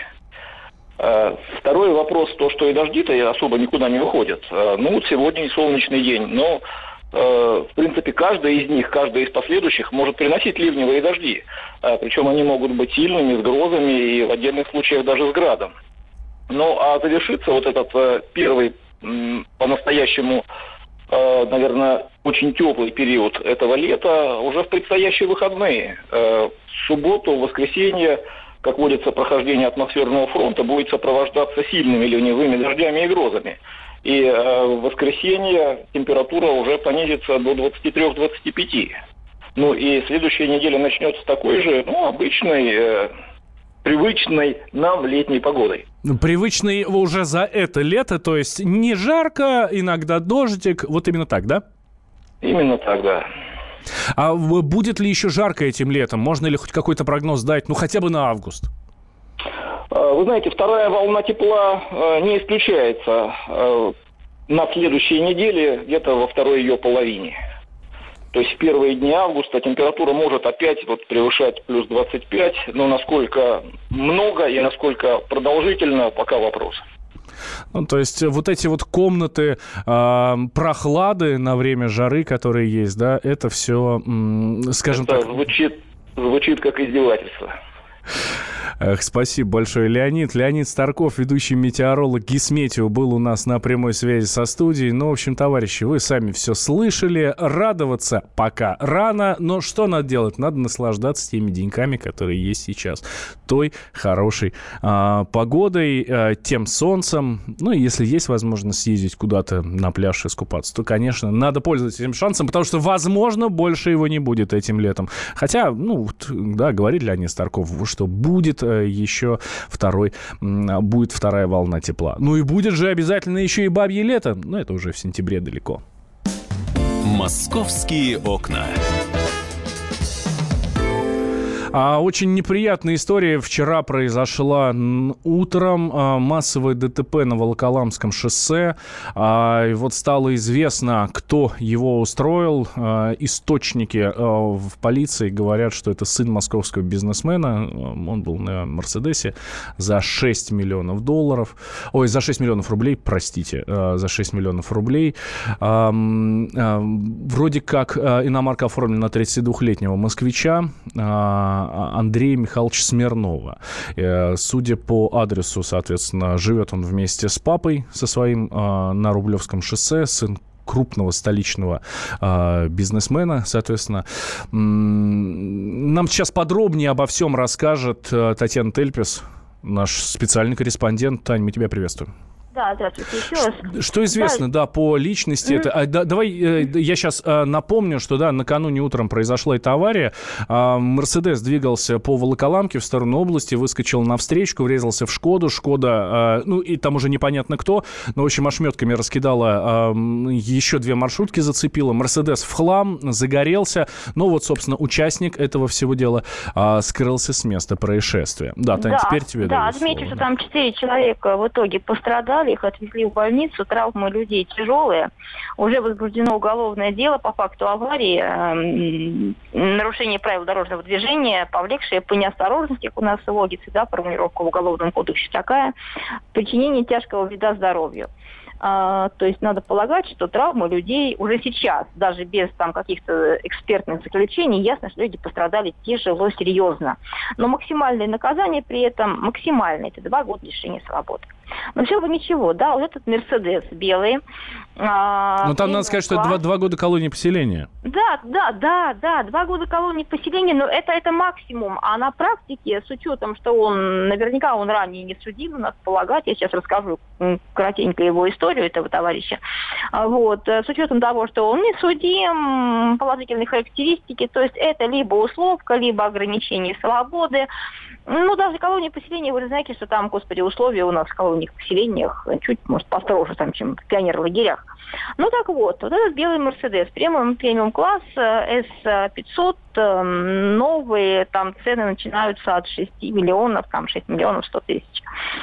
Второй вопрос, то, что и дожди-то особо никуда не уходят. Ну, вот сегодня и солнечный день, но, в принципе, каждый из последующих может приносить ливневые дожди. Причем они могут быть сильными, с грозами и в отдельных случаях даже с градом. Ну, а завершится вот этот первый, по-настоящему, наверное, очень теплый период этого лета уже в предстоящие выходные. В субботу, в воскресенье, как водится, прохождение атмосферного фронта будет сопровождаться сильными ливневыми дождями и грозами. И в воскресенье температура уже понизится до 23-25. Ну и следующая неделя начнется с такой же, обычной, привычной нам летней погодой. Привычной уже за это лето, то есть не жарко, иногда дождик, вот именно так, да? Именно так, да. А будет ли еще жарко этим летом? Можно ли хоть какой-то прогноз дать, хотя бы на август? Вы знаете, вторая волна тепла не исключается на следующей неделе, где-то во второй ее половине. То есть в первые дни августа температура может опять превышать плюс 25, но насколько много и насколько продолжительно, пока вопрос. То есть вот эти вот комнаты прохлады на время жары, которые есть, да, это все, скажем так... Звучит как издевательство. Спасибо большое, Леонид. Леонид Старков, ведущий метеоролог Гисметео, был у нас на прямой связи со студией. Ну, в общем, товарищи, вы сами все слышали. Радоваться пока рано, но что надо делать? Надо наслаждаться теми деньками, которые есть сейчас. Той хорошей погодой, тем солнцем. Ну, и если есть возможность съездить куда-то на пляж искупаться, то, конечно, надо пользоваться этим шансом, потому что, возможно, больше его не будет этим летом. Хотя, говорит Леонид Старков, что будет еще будет вторая волна тепла. Ну и будет же обязательно еще и бабье лето. Но это уже в сентябре далеко. Московские окна. Очень неприятная история вчера произошла утром. Массовое ДТП на Волоколамском шоссе. И вот стало известно, кто его устроил. Источники в полиции говорят, что это сын московского бизнесмена. Он был на Мерседесе за 6 миллионов долларов. За 6 миллионов рублей, простите. За 6 миллионов рублей. Вроде как иномарка оформлена на 32-летнего москвича. Андрея Михайловича Смирнова. Судя по адресу, соответственно, живет он вместе с папой со своим на Рублевском шоссе, сын крупного столичного бизнесмена, соответственно. Нам сейчас подробнее обо всем расскажет Татьяна Тельпес, наш специальный корреспондент. Тань, мы тебя приветствуем. Да, здравствуйте еще раз. Что известно, да, по личности? Давай я сейчас напомню, что, да, накануне утром произошла эта авария. Мерседес двигался по Волоколамке в сторону области, выскочил на встречку, врезался в Шкоду. Шкода, и там уже непонятно кто, но, в общем, ошметками раскидала, еще 2 маршрутки зацепила. Мерседес в хлам, загорелся. Ну, вот, собственно, участник этого всего дела скрылся с места происшествия. Да, Тань, теперь тебе даю слово. Отмечу, что там 4 человека в итоге пострадали. Их отвезли в больницу, травмы людей тяжелые. Уже возбуждено уголовное дело по факту аварии, нарушение правил дорожного движения, повлекшее по неосторожности, как у нас вводится, да, формулировка в Уголовном кодексе такая, причинение тяжкого вреда здоровью. То есть надо полагать, что травмы людей уже сейчас, даже без там каких-то экспертных заключений, ясно, что люди пострадали тяжело, серьезно. Но максимальное наказание при этом, максимальное, это 2 года лишения свободы. Но все бы ничего, да, вот этот Мерседес белый. Ну, там надо сказать, что это 2 года колонии поселения. Да, 2 года колонии поселения, но это максимум. А на практике, с учетом, что он, наверняка он ранее не судим, надо полагать, я сейчас расскажу коротенько его историю, этого товарища. Вот, с учетом того, что он не судим, положительные характеристики, то есть это либо условка, либо ограничение свободы. Ну, даже колонии поселения, вы же знаете, что там, господи, условия у нас в колониях поселениях чуть, может, построже, там, чем в пионер-лагерях. Ну, так вот этот белый Мерседес, премиум-класс, S500, новые, там цены начинаются от 6 миллионов, там 6 миллионов 100 тысяч.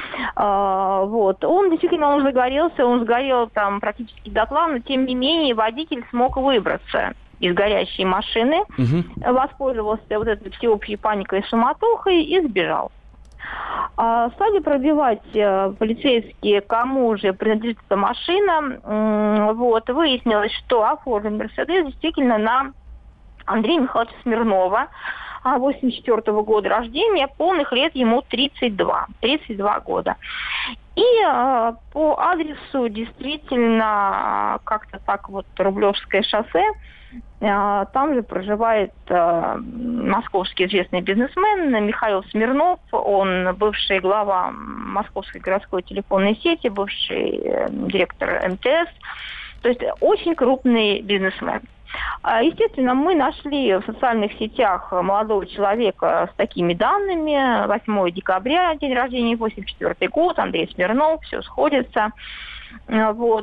Вот. Он действительно, он сгорел там практически дотла, но тем не менее водитель смог выбраться из горящей машины, воспользовался вот этой всеобщей паникой и суматохой и сбежал. Стали пробивать полицейские, кому же принадлежит эта машина. Вот. Выяснилось, что оформлен Мерседес действительно на Андрея Михайловича Смирнова, 1984 года рождения, полных лет ему 32 года. И по адресу действительно как-то так вот Рублевское шоссе, там же проживает московский известный бизнесмен Михаил Смирнов. Он бывший глава Московской городской телефонной сети, бывший директор МТС. То есть очень крупный бизнесмен. Естественно, мы нашли в социальных сетях молодого человека с такими данными. 8 декабря, день рождения, 84 год, Андрей Смирнов, все сходится. Вот.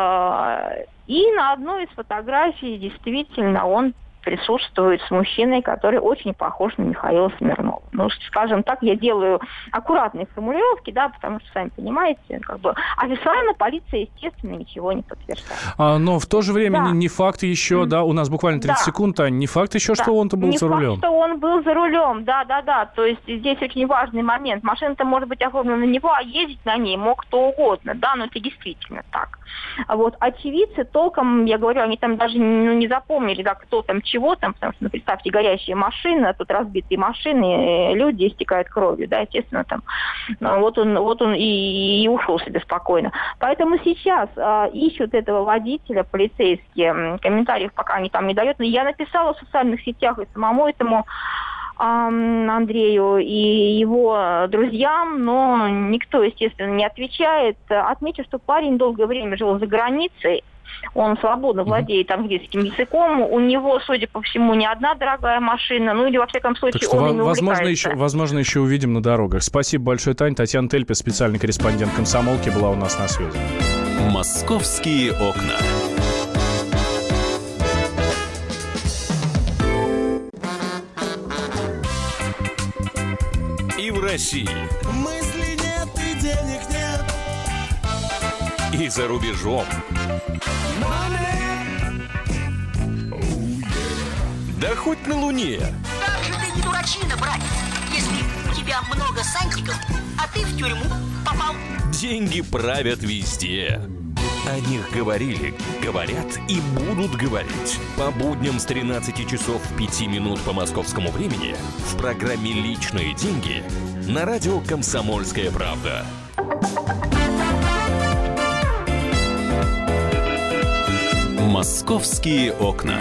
И на одной из фотографий действительно он присутствует с мужчиной, который очень похож на Михаила Смирнова. Ну, скажем так, я делаю аккуратные формулировки, да, потому что, сами понимаете, как бы официально полиция, естественно, ничего не подтверждает. Но в то же время не факт еще, да, у нас буквально 30 секунд, а не факт еще, что он-то был за рулем. Не факт, что он был за рулем, да. То есть здесь очень важный момент. Машина-то может быть оформлена на него, а ездить на ней мог кто угодно, да, но это действительно так. Вот очевидцы толком, я говорю, они там даже не запомнили, да, кто там, чего там, потому что, представьте, горящая машина, тут разбитые машины, люди истекают кровью, да, естественно, там, вот он и ушел себе спокойно. Поэтому сейчас ищут этого водителя полицейские, комментариев пока они там не дают, но я написала в социальных сетях и самому этому Андрею и его друзьям, но никто, естественно, не отвечает. Отмечу, что парень долгое время жил за границей, он свободно владеет английским языком, у него, судя по всему, не одна дорогая машина, ну или, во всяком случае, так что, он ими увлекается. Возможно, еще увидим на дорогах. Спасибо большое, Тань. Татьяна Тельпес, специальный корреспондент «Комсомолки», была у нас на связи. «Московские окна». И в России. Мысли нет и денег нет. И за рубежом. Да хоть на Луне. Как же ты не дурачина, братец, если у тебя много сантиков, а ты в тюрьму попал. Деньги правят везде. О них говорили, говорят и будут говорить. По будням с 13 часов 5 минут по московскому времени в программе «Личные деньги» на радио «Комсомольская правда». «Московские окна».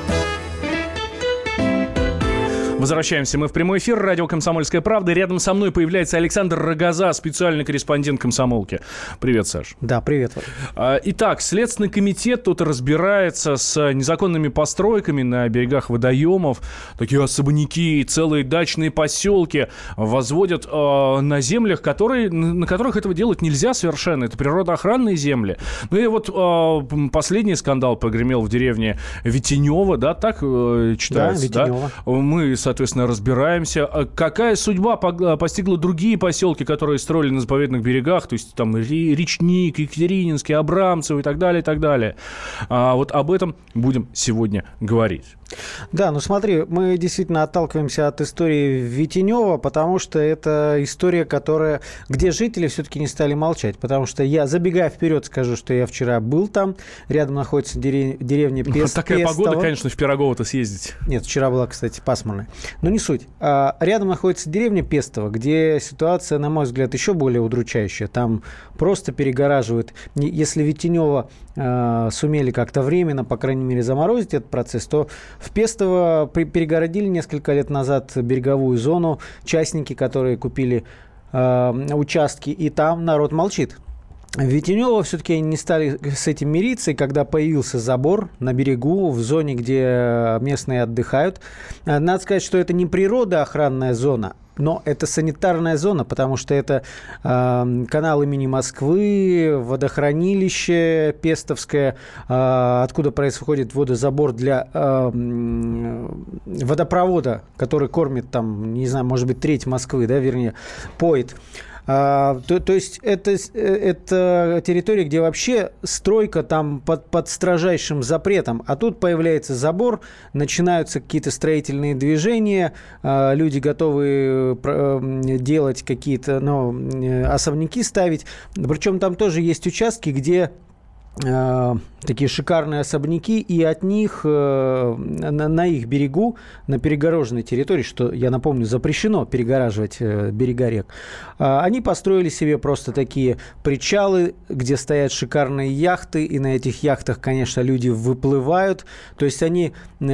Возвращаемся мы в прямой эфир. Радио «Комсомольская правда». Рядом со мной появляется Александр Рогоза, специальный корреспондент «Комсомолки». Привет, Саш. Да, привет. Итак, Следственный комитет тут разбирается с незаконными постройками на берегах водоемов. Такие особняки, целые дачные поселки возводят на землях, на которых этого делать нельзя совершенно. Это природоохранные земли. Ну и вот последний скандал погремел в деревне Витенево, да, так читается? Да, Витенево. Да? Мы, соответственно, разбираемся. Какая судьба постигла другие поселки, которые строили на заповедных берегах, то есть там Речник, Екатерининский, Абрамцево и так далее, и так далее. Вот об этом будем сегодня говорить. Да, ну смотри, мы действительно отталкиваемся от истории Витенева, потому что это история, где жители все-таки не стали молчать, потому что я, забегая вперед, скажу, что я вчера был там, рядом находится деревня Пестово. Такая погода, конечно, в Пирогово-то съездить. Нет, вчера была, кстати, пасмурная. Но не суть. Рядом находится деревня Пестово, где ситуация, на мой взгляд, еще более удручающая. Там просто перегораживают. Если Витенево сумели как-то временно, по крайней мере, заморозить этот процесс, то в Пестово перегородили несколько лет назад береговую зону частники, которые купили участки, и там народ молчит. В Витенево все-таки не стали с этим мириться, и когда появился забор на берегу, в зоне, где местные отдыхают, надо сказать, что это не природоохранная зона, но это санитарная зона, потому что это канал имени Москвы, водохранилище Пестовское, откуда происходит водозабор для водопровода, который кормит там, не знаю, может быть, треть Москвы, да, вернее, поет. То есть это территория, где вообще стройка там под строжайшим запретом. А тут появляется забор, начинаются какие-то строительные движения, люди готовы делать какие-то особняки ставить. Причем там тоже есть участки, где такие шикарные особняки, и от них на их берегу, на перегороженной территории, что, я напомню, запрещено перегораживать берега рек, они построили себе просто такие причалы, где стоят шикарные яхты, и на этих яхтах, конечно, люди выплывают. То есть они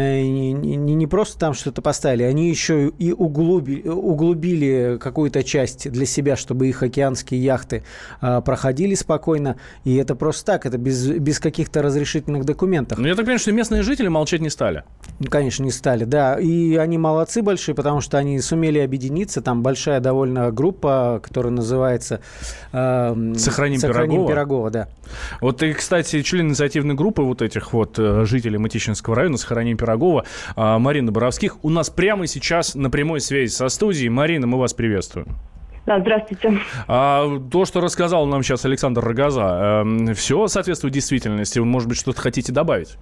не просто там что-то поставили, они еще и углубили какую-то часть для себя, чтобы их океанские яхты проходили спокойно. И это просто так, это без каких-то разрешительных документов. Ну, я так понимаю, что местные жители молчать не стали. Конечно, не стали, да. И они молодцы большие, потому что они сумели объединиться. Там большая довольно группа, которая называется «Сохраним Пирогова», да. Вот и, кстати, член инициативной группы вот этих вот жителей Мытищинского района «Сохраним Пирогова» Марина Боровских у нас прямо сейчас на прямой связи со студией. Марина, мы вас приветствуем. Да, здравствуйте. То, что рассказал нам сейчас Александр Рогоза, все соответствует действительности? Вы, может быть, что-то хотите добавить?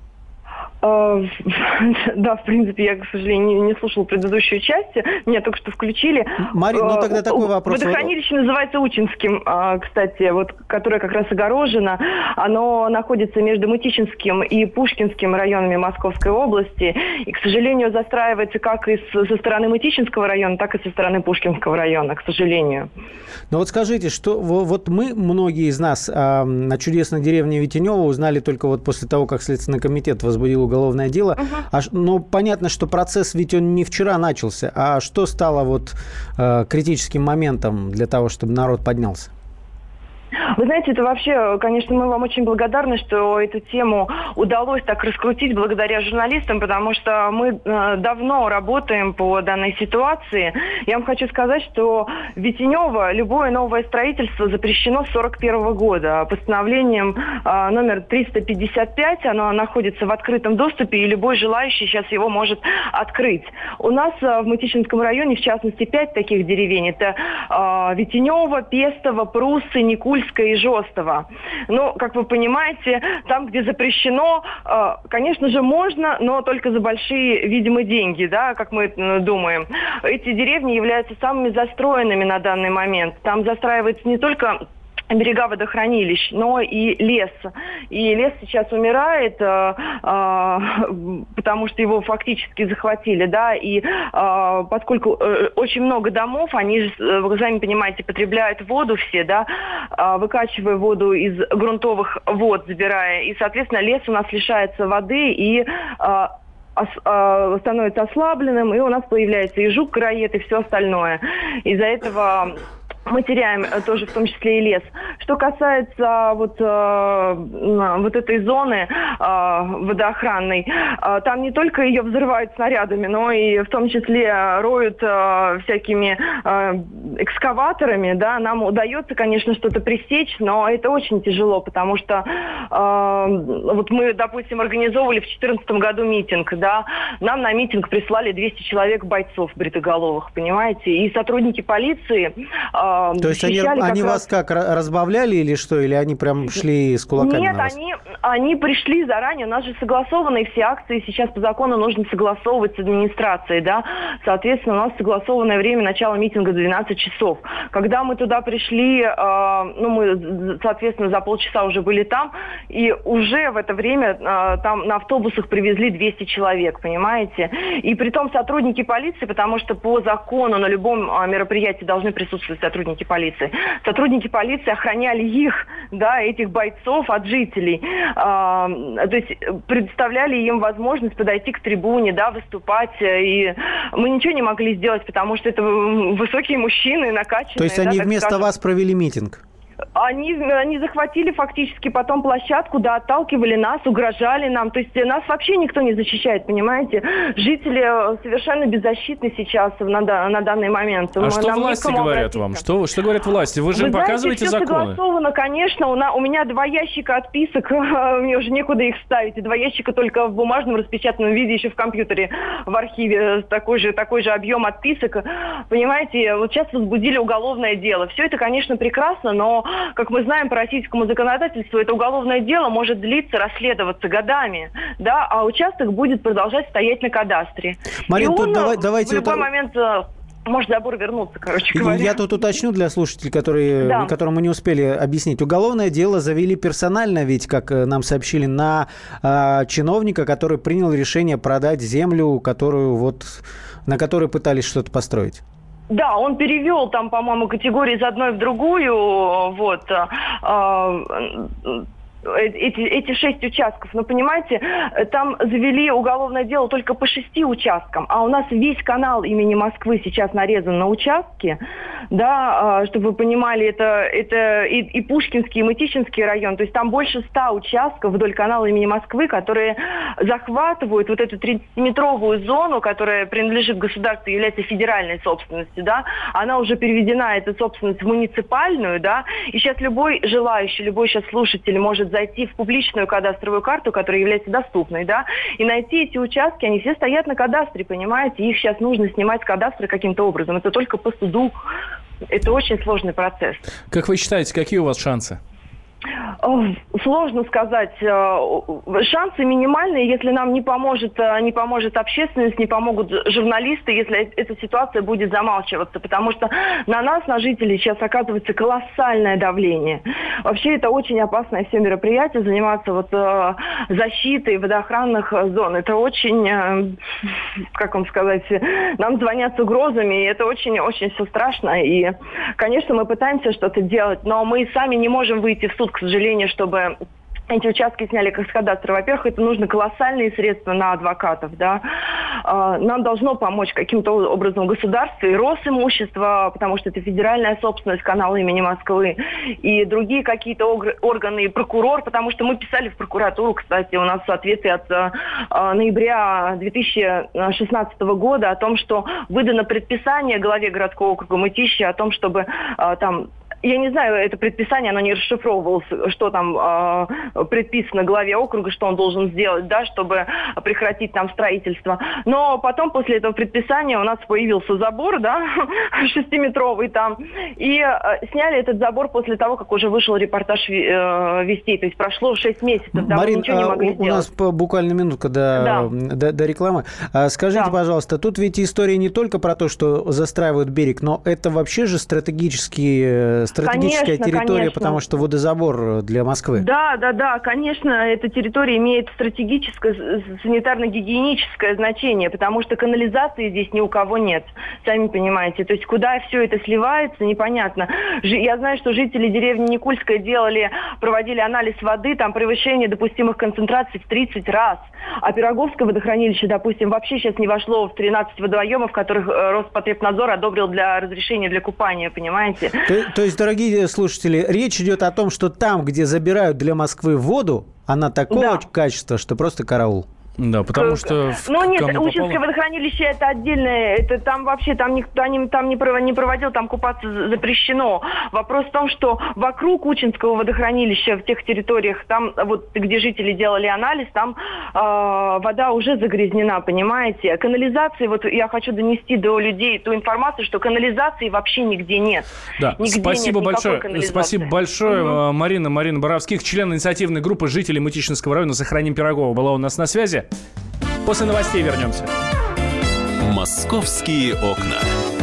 Да, в принципе, я, к сожалению, не слушала предыдущую часть. Меня только что включили. Марин, ну тогда такой вопрос. Водохранилище называется Учинским, кстати, вот, которое как раз огорожено. Оно находится между Мытищинским и Пушкинским районами Московской области. И, к сожалению, застраивается как со стороны Мытищинского района, так и со стороны Пушкинского района, к сожалению. Ну вот скажите, что вот мы, многие из нас, о чудесной деревне Витенево узнали только вот после того, как Следственный комитет возбудил уголовное дело. Но понятно, что процесс ведь он не вчера начался. А что стало вот критическим моментом для того, чтобы народ поднялся? Вы знаете, это вообще, конечно, мы вам очень благодарны, что эту тему удалось так раскрутить благодаря журналистам, потому что мы давно работаем по данной ситуации. Я вам хочу сказать, что в Витенево любое новое строительство запрещено с 1941 года. Постановлением номер 355, оно находится в открытом доступе, и любой желающий сейчас его может открыть. У нас в Мытищинском районе, в частности, 5 таких деревень. Это Витенево, Пестово, Пруссы, Никульское и Жостово. Но, как вы понимаете, там, где запрещено, конечно же, можно, но только за большие, видимо, деньги, да, как мы думаем. Эти деревни являются самыми застроенными на данный момент. Там застраивается не только берега водохранилищ, но и лес. И лес сейчас умирает, потому что его фактически захватили, да, и поскольку очень много домов, они же, вы сами понимаете, потребляют воду все, да, выкачивая воду из грунтовых вод, забирая, и, соответственно, лес у нас лишается воды и становится ослабленным, и у нас появляется и жук, короед, и все остальное. Из-за этого мы теряем тоже в том числе и лес. Что касается вот этой зоны водоохранной, там не только ее взрывают снарядами, но и в том числе роют всякими экскаваторами. Да? Нам удается, конечно, что-то пресечь, но это очень тяжело, потому что вот мы, допустим, организовывали в 2014 году митинг. Да? Нам на митинг прислали 200 человек бойцов бритоголовых, понимаете? И сотрудники полиции... То есть они вас как, разбавляли или что? Или они прям шли с кулаками? Нет, на вас? они пришли заранее. У нас же согласованные все акции. Сейчас по закону нужно согласовывать с администрацией, да. Соответственно, у нас согласованное время начала митинга 12 часов. Когда мы туда пришли, мы, соответственно, за полчаса уже были там, и уже в это время там на автобусах привезли 200 человек, понимаете? И притом сотрудники полиции, потому что по закону на любом мероприятии должны присутствовать сотрудники полиции. Сотрудники полиции охраняли их, да, этих бойцов от жителей. То есть предоставляли им возможность подойти к трибуне, да, выступать. И мы ничего не могли сделать, потому что это высокие мужчины, накачанные. То есть они вместо вас провели митинг? Они захватили фактически потом площадку, да, отталкивали нас, угрожали нам. То есть нас вообще никто не защищает, понимаете? Жители совершенно беззащитны сейчас на данный момент. А что власти говорят вам? Что говорят власти? Вы же им показываете законы. Все согласовано, конечно. У меня 2 ящика отписок, мне уже некуда их ставить. И 2 ящика только в бумажном распечатанном виде, еще в компьютере, в архиве. Такой же объем отписок. Понимаете, вот сейчас возбудили уголовное дело. Все это, конечно, прекрасно, но как мы знаем по российскому законодательству, это уголовное дело может длиться, расследоваться годами, да, а участок будет продолжать стоять на кадастре. Марин, давайте... в любой момент... Может забор вернуться, короче говоря. Я тут уточню для слушателей, которым мы не успели объяснить. Уголовное дело завели персонально, ведь, как нам сообщили, на чиновника, который принял решение продать землю, на которой пытались что-то построить. Да, он перевел там, по-моему, категории из одной в другую, вот, эти 6 участков. Но, понимаете, там завели уголовное дело только по 6 участкам, а у нас весь канал имени Москвы сейчас нарезан на участки, да, чтобы вы понимали, это и Пушкинский, и Мытищинский район, то есть там больше 100 участков вдоль канала имени Москвы, которые захватывают вот эту 30-метровую зону, которая принадлежит государству, является федеральной собственностью, да, она уже переведена, эта собственность, в муниципальную, да, и сейчас любой желающий, любой сейчас слушатель может зайти в публичную кадастровую карту, которая является доступной, да, и найти эти участки, они все стоят на кадастре, понимаете, их сейчас нужно снимать с кадастра каким-то образом, это только по суду, это очень сложный процесс. Как вы считаете, какие у вас шансы? Сложно сказать. Шансы минимальные, если нам не поможет общественность, не помогут журналисты, если эта ситуация будет замалчиваться. Потому что на нас, на жителей, сейчас оказывается колоссальное давление. Вообще это очень опасное все мероприятие, заниматься защитой водоохранных зон. Это очень, как вам сказать, нам звонят с угрозами, и это очень-очень все страшно. И, конечно, мы пытаемся что-то делать, но мы сами не можем выйти в суд, к сожалению, чтобы эти участки сняли как с кадастра. Во-первых, это нужно колоссальные средства на адвокатов, да. Нам должно помочь каким-то образом государство и Росимущество, потому что это федеральная собственность канала имени Москвы, и другие какие-то органы, и прокурор, потому что мы писали в прокуратуру, кстати, у нас в соответствии от ноября 2016 года о том, что выдано предписание главе городского округа Мытищи о том, чтобы там... Я не знаю, это предписание, оно не расшифровывалось, что там предписано главе округа, что он должен сделать, да, чтобы прекратить там строительство. Но потом, после этого предписания, у нас появился забор, да, 6-метровый там, и сняли этот забор после того, как уже вышел репортаж «Вестей». То есть прошло 6 месяцев, да, Марин, мы ничего не могли сделать. У нас буквально минутка до рекламы. Скажите, пожалуйста, тут ведь история не только про то, что застраивают берег, но это вообще же стратегический стратегическая территория, конечно. Потому что водозабор для Москвы. Да, конечно, эта территория имеет стратегическое, санитарно-гигиеническое значение, потому что канализации здесь ни у кого нет, сами понимаете. То есть куда все это сливается, непонятно. Я знаю, что жители деревни Никульская проводили анализ воды, там превышение допустимых концентраций в 30 раз. А Пироговское водохранилище, допустим, вообще сейчас не вошло в 13 водоемов, которых Роспотребнадзор одобрил для разрешения для купания, понимаете? То есть, дорогие слушатели, речь идет о том, что там, где забирают для Москвы воду, она такого качества, что просто караул. Да, потому что... нет, Учинское водохранилище это отдельное, это там вообще, там никто не проводил, там купаться запрещено. Вопрос в том, что вокруг Учинского водохранилища, в тех территориях, там вот где жители делали анализ, там вода уже загрязнена, понимаете? Канализации, вот я хочу донести до людей ту информацию, что канализации вообще нигде нет. Да, нигде спасибо нет большое, Марина Боровских, член инициативной группы жителей Мытищинского района «Сохраним Пирогова» была у нас на связи. После новостей вернемся. «Московские окна».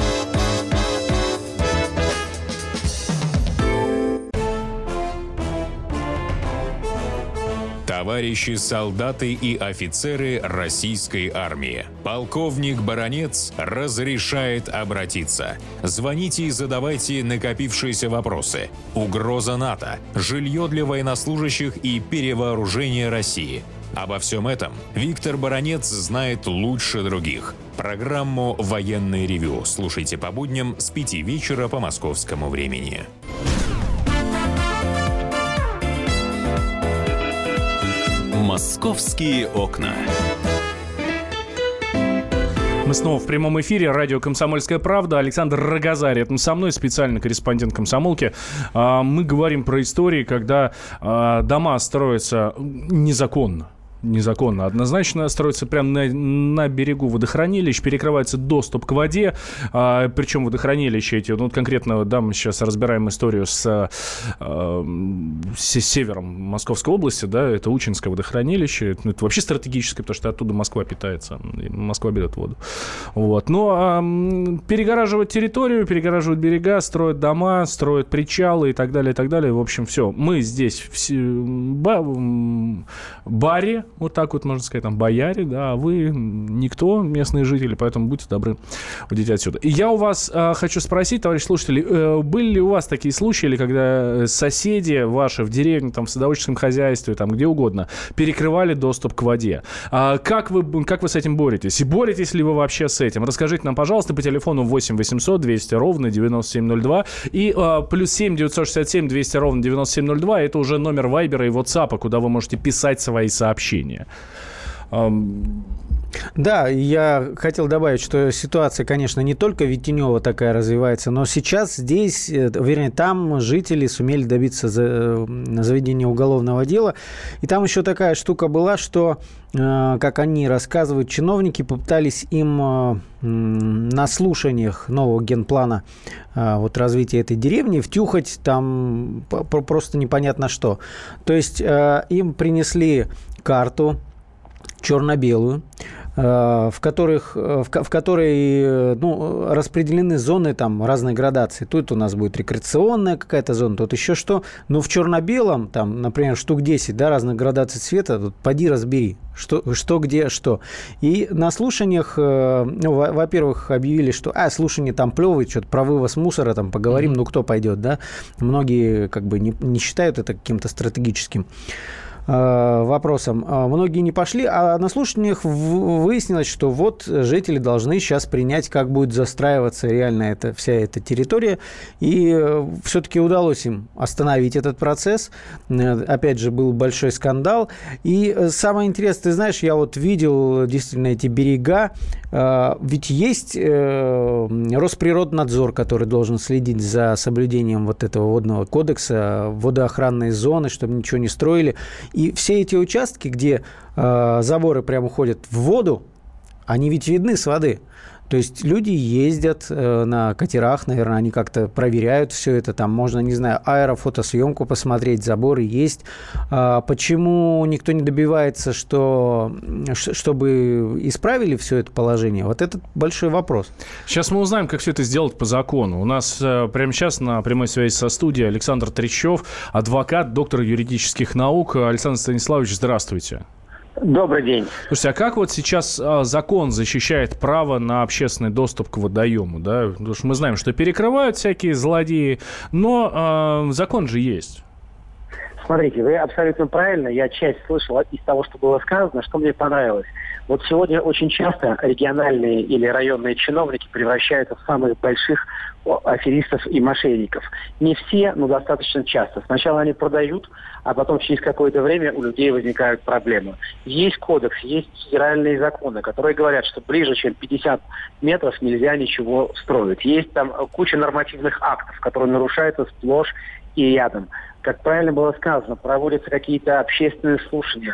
Товарищи солдаты и офицеры российской армии. Полковник Баранец разрешает обратиться. Звоните и задавайте накопившиеся вопросы. Угроза НАТО, жилье для военнослужащих и перевооружение России. Обо всем этом Виктор Баранец знает лучше других. Программу «Военное ревю» слушайте по будням с 5 вечера по московскому времени. «Московские окна». Мы снова в прямом эфире. Радио «Комсомольская правда». Александр Рогоза рядом со мной, специальный корреспондент «Комсомолки». Мы говорим про истории, когда дома строятся незаконно. Однозначно строится прямо на берегу водохранилищ, перекрывается доступ к воде, причем водохранилища эти, конкретно, да, мы сейчас разбираем историю с севером Московской области, да, это Учинское водохранилище, это вообще стратегическое, потому что оттуда Москва питается, Москва берет воду. Вот. Но перегораживают территорию, перегораживают берега, строят дома, строят причалы и так далее, и так далее. В общем, все. Мы здесь в баре, вот так вот, можно сказать, там, бояре, да, а вы никто, местные жители, поэтому будьте добры, уйдите отсюда. И я у вас хочу спросить, товарищи слушатели, были ли у вас такие случаи, или когда соседи ваши в деревне, там, в садоводческом хозяйстве, там, где угодно, перекрывали доступ к воде? Как вы с этим боретесь? И боретесь ли вы вообще с этим? Расскажите нам, пожалуйста, по телефону 8 800 200 ровно 9702 и плюс 7 967 200 ровно 9702. Это уже номер Вайбера и WhatsApp, куда вы можете писать свои сообщения. Да, я хотел добавить, что ситуация, конечно, не только Витенева такая развивается, но сейчас здесь, вернее, там жители сумели добиться заведения уголовного дела. И там еще такая штука была, что, как они рассказывают, чиновники попытались им на слушаниях нового генплана вот, развития этой деревни втюхать там просто непонятно что. То есть им принесли карту черно-белую, в которой распределены зоны там, разной градации. Тут у нас будет рекреационная какая-то зона, тут еще что. Но в черно-белом, там, например, штук 10 да, разных градаций цвета, тут поди разбери, что где, что. И на слушаниях, во-первых, объявили, что слушание там плевое, что-то про вывоз мусора там поговорим, кто пойдет, да. Многие как бы не считают это каким-то стратегическим вопросом. Многие не пошли, а на слушаниях выяснилось, что вот жители должны сейчас принять, как будет застраиваться реально вся эта территория. И все-таки удалось им остановить этот процесс. Опять же, был большой скандал. И самое интересное, ты знаешь, я вот видел действительно эти берега. Ведь есть Росприроднадзор, который должен следить за соблюдением вот этого водного кодекса, водоохранной зоны, чтобы ничего не строили. И все эти участки, где заборы прямо уходят в воду, они ведь видны с воды. То есть люди ездят на катерах, наверное, они как-то проверяют все это. Там можно, не знаю, аэрофотосъемку посмотреть, заборы есть. Почему никто не добивается, чтобы исправили все это положение? Вот это большой вопрос. Сейчас мы узнаем, как все это сделать по закону. У нас прямо сейчас на прямой связи со студией Александр Трещев, адвокат, доктор юридических наук. Александр Станиславович, здравствуйте. Добрый день. Слушайте, а как вот сейчас закон защищает право на общественный доступ к водоему? Да? Потому что мы знаем, что перекрывают всякие злодеи, но закон же есть. Смотрите, вы абсолютно правильно. Я часть слышал из того, что было сказано, что мне понравилось. Вот сегодня очень часто региональные или районные чиновники превращаются в самых больших аферистов и мошенников. Не все, но достаточно часто. Сначала они продают, а потом через какое-то время у людей возникают проблемы. Есть кодекс, есть федеральные законы, которые говорят, что ближе, чем 50 метров нельзя ничего строить. Есть там куча нормативных актов, которые нарушаются сплошь и рядом. Как правильно было сказано, проводятся какие-то общественные слушания,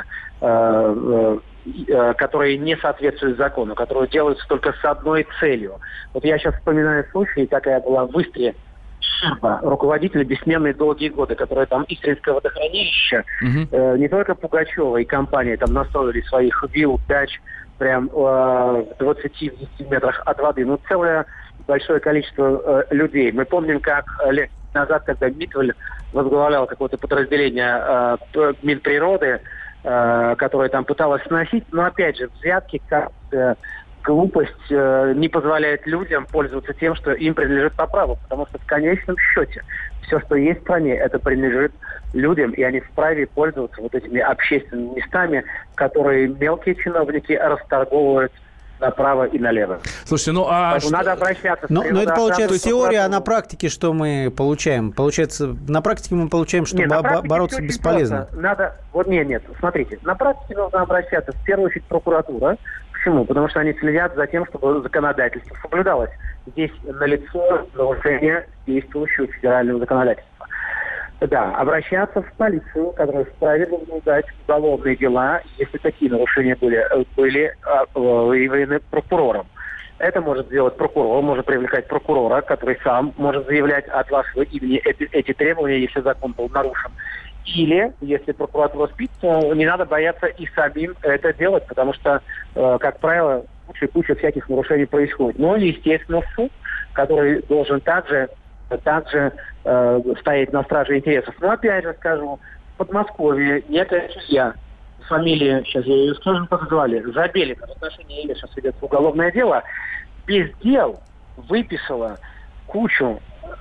которые не соответствуют закону, которые делаются только с одной целью. Вот я сейчас вспоминаю случай, такая была в Истре Щерба, руководитель бессменной долгие годы, который там Истринское водохранилище, не только Пугачева и компания там настроили своих вилл, дач, прям в 20 метрах от воды, но целое большое количество людей. Мы помним, как лет назад, когда Митвель возглавлял какое-то подразделение Минприроды, которое там пыталось сносить, но опять же, взятки, как глупость не позволяет людям пользоваться тем, что им принадлежит по праву, потому что в конечном счете все, что есть в стране, это принадлежит людям, и они вправе пользоваться вот этими общественными местами, которые мелкие чиновники расторговывают направо и налево. Слушайте, ну а что... надо обращаться. Но это получается теория, а на практике что мы получаем? Получается, на практике мы получаем, что бороться бесполезно. Надо, вот нет, смотрите, на практике нужно обращаться в первую очередь прокуратура. Почему? Потому что они следят за тем, чтобы законодательство соблюдалось. Здесь налицо нарушение действующего федерального законодательства. Да, обращаться в полицию, которая вправе возбуждать уголовные дела, если такие нарушения были выявлены прокурором. Это может сделать прокурор, может привлекать прокурора, который сам может заявлять от вашего имени эти требования, если закон был нарушен. Или, если прокуратура спит, то не надо бояться и самим это делать, потому что, как правило, куча всяких нарушений происходит. Но, естественно, суд, который должен также стоять на страже интересов. Но опять же скажу, в Подмосковье некая судья, фамилия, сейчас я ее скажу, как звали, Забелина, в отношении ее сейчас ведется уголовное дело, без дел выписала кучу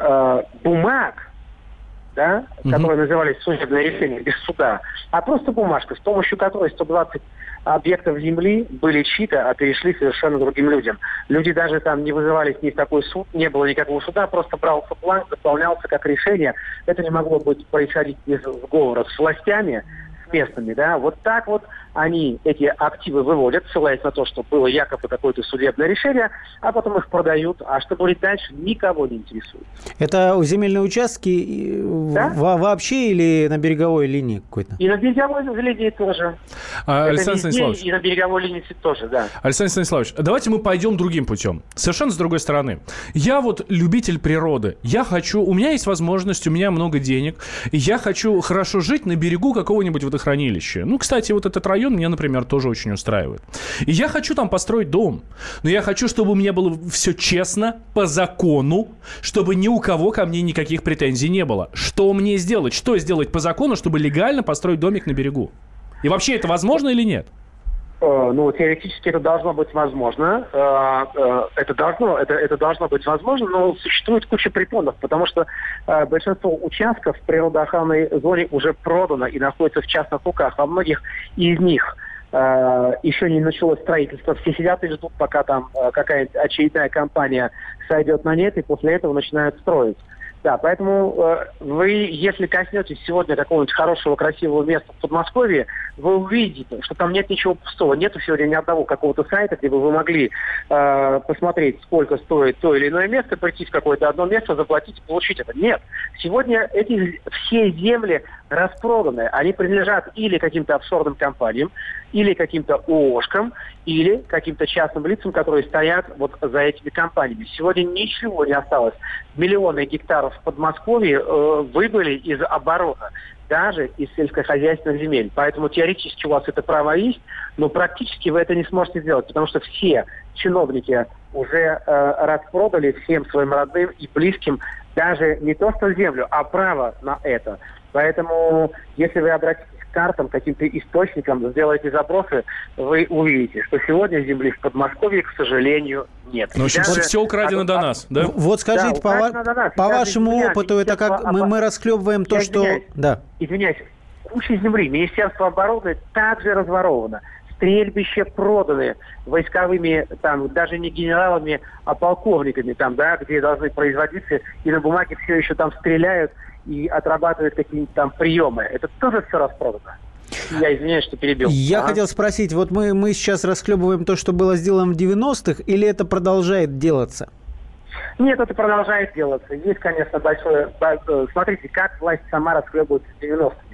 бумаг, да, которые назывались судебное решение, без суда, а просто бумажка, с помощью которой 120 объектов земли были чьи-то, а перешли совершенно другим людям. Люди даже там не вызывались ни в какой суд, не было никакого суда, просто брался бланк, заполнялся как решение. Это не могло быть происходить без сговора с властями, с местными, да. Вот так вот они эти активы выводят, ссылаясь на то, что было якобы какое-то судебное решение, а потом их продают. А что будет дальше, никого не интересует. Это земельные участки вообще или на береговой линии какой-то? И на береговой линии тоже. Александр Станиславович. И на береговой линии тоже, да. Александр Станиславович, давайте мы пойдем другим путем. Совершенно с другой стороны. Я вот любитель природы. У меня есть возможность, у меня много денег, и я хочу хорошо жить на берегу какого-нибудь водохранилища. Ну, кстати, вот этот район меня, например, тоже очень устраивает. И я хочу там построить дом. Но я хочу, чтобы у меня было все честно, по закону, чтобы ни у кого ко мне никаких претензий не было. Что мне сделать? Что сделать по закону, чтобы легально построить домик на берегу? И вообще это возможно или нет? Ну, теоретически это должно быть возможно. Это должно быть возможно, но существует куча препонов, потому что большинство участков в природоохранной зоне уже продано и находятся в частных руках. Во многих из них еще не началось строительство. Все сидят и ждут, пока там какая-то очередная компания сойдет на нет, и после этого начинают строить. Да, поэтому вы, если коснетесь сегодня какого-нибудь хорошего, красивого места в Подмосковье, вы увидите, что там нет ничего пустого. Нету сегодня ни одного какого-то сайта, где бы вы могли посмотреть, сколько стоит то или иное место, прийти в какое-то одно место, заплатить и получить это. Нет. Сегодня эти все земли распроданы. Они принадлежат или каким-то офшорным компаниям, или каким-то ООшкам, или каким-то частным лицам, которые стоят вот за этими компаниями. Сегодня ничего не осталось. Миллионы гектаров в Подмосковье выбыли из оборота, даже из сельскохозяйственных земель. Поэтому теоретически у вас это право есть, но практически вы это не сможете сделать, потому что все чиновники уже распродали всем своим родным и близким даже не то что землю, а право на это. Поэтому, если вы обратитесь к картам, каким-то источникам, сделаете запросы, вы увидите, что сегодня земли в Подмосковье, к сожалению, нет. Ну, в общем, все украдено до нас, да? Вот скажите, да, по вашему опыту, это как мы расхлебываем то, что... Извиняюсь, куча земли, Министерство обороны также разворовано. Стрельбища проданы войсковыми, там, даже не генералами, а полковниками, там, да, где должны производиться, и на бумаге все еще там стреляют и отрабатывают какие-то там приемы. Это тоже все распродано. Я извиняюсь, что перебил. Я хотел спросить, вот мы сейчас расхлебываем то, что было сделано в 90-х, или это продолжает делаться? Нет, это продолжает делаться. Есть, конечно, большое... Смотрите, как власть сама расхлебывается в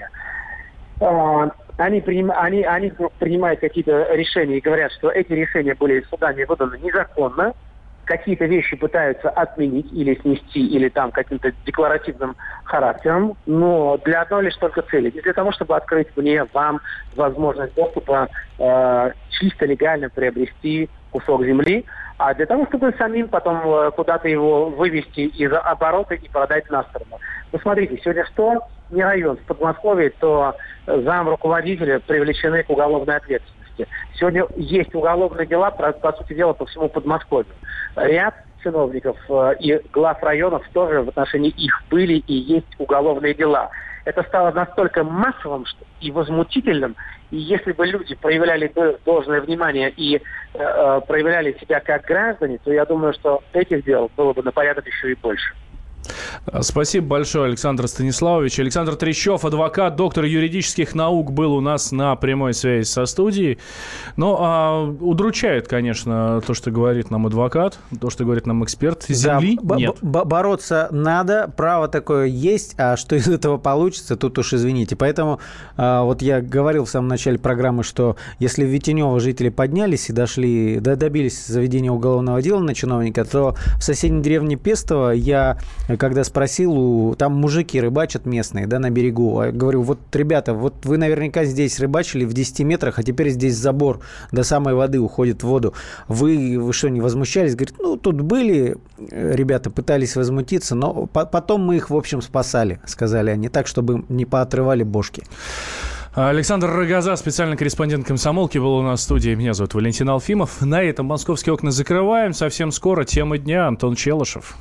90-е. Они принимают какие-то решения и говорят, что эти решения были судами выданы незаконно, какие-то вещи пытаются отменить или снести, или там каким-то декларативным характером, но для одной лишь только цели. И для того, чтобы открыть мне, вам возможность доступа чисто легально приобрести кусок земли, а для того, чтобы самим потом куда-то его вывести из оборота и продать на сторону. Вы смотрите, сегодня что не район в Подмосковье, то замруководителя привлечены к уголовной ответственности. Сегодня есть уголовные дела, по сути дела, по всему Подмосковью. Ряд чиновников и глав районов тоже в отношении их были и есть уголовные дела. Это стало настолько массовым и возмутительным, и если бы люди проявляли должное внимание и проявляли себя как граждане, то я думаю, что этих дел было бы на порядок еще и больше. Спасибо большое, Александр Станиславович. Александр Трещев, адвокат, доктор юридических наук, был у нас на прямой связи со студией. Но удручает, конечно, то, что говорит нам адвокат, то, что говорит нам эксперт. Земли нет. Бороться надо, право такое есть, а что из этого получится, тут уж извините. Поэтому вот я говорил в самом начале программы, что если в Витенево жители поднялись и добились заведения уголовного дела на чиновника, то в соседней деревне Пестово я... Когда спросил, там мужики рыбачат местные, да, на берегу. Я говорю, вот, ребята, вот вы наверняка здесь рыбачили в 10 метрах, а теперь здесь забор до самой воды уходит в воду. Вы что, не возмущались? Говорит, ну, тут были ребята, пытались возмутиться, но потом мы их, в общем, спасали, сказали они, так, чтобы не поотрывали бошки. Александр Рогоза, специальный корреспондент «Комсомолки», был у нас в студии. Меня зовут Валентин Алфимов. На этом «Московские окна» закрываем. Совсем скоро тема дня. Антон Челышев.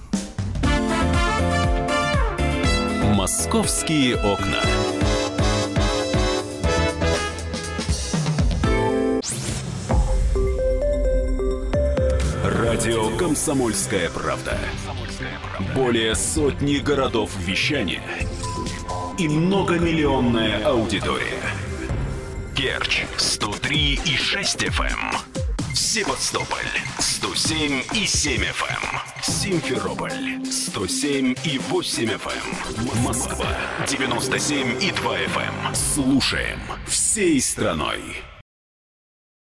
«Московские окна». Радио «Комсомольская правда». Более сотни городов вещания и многомиллионная аудитория. Керчь 103,6 FM. Севастополь 107,7 FM. Симферополь 107,8 FM. Москва 97,2 FM. Слушаем всей страной.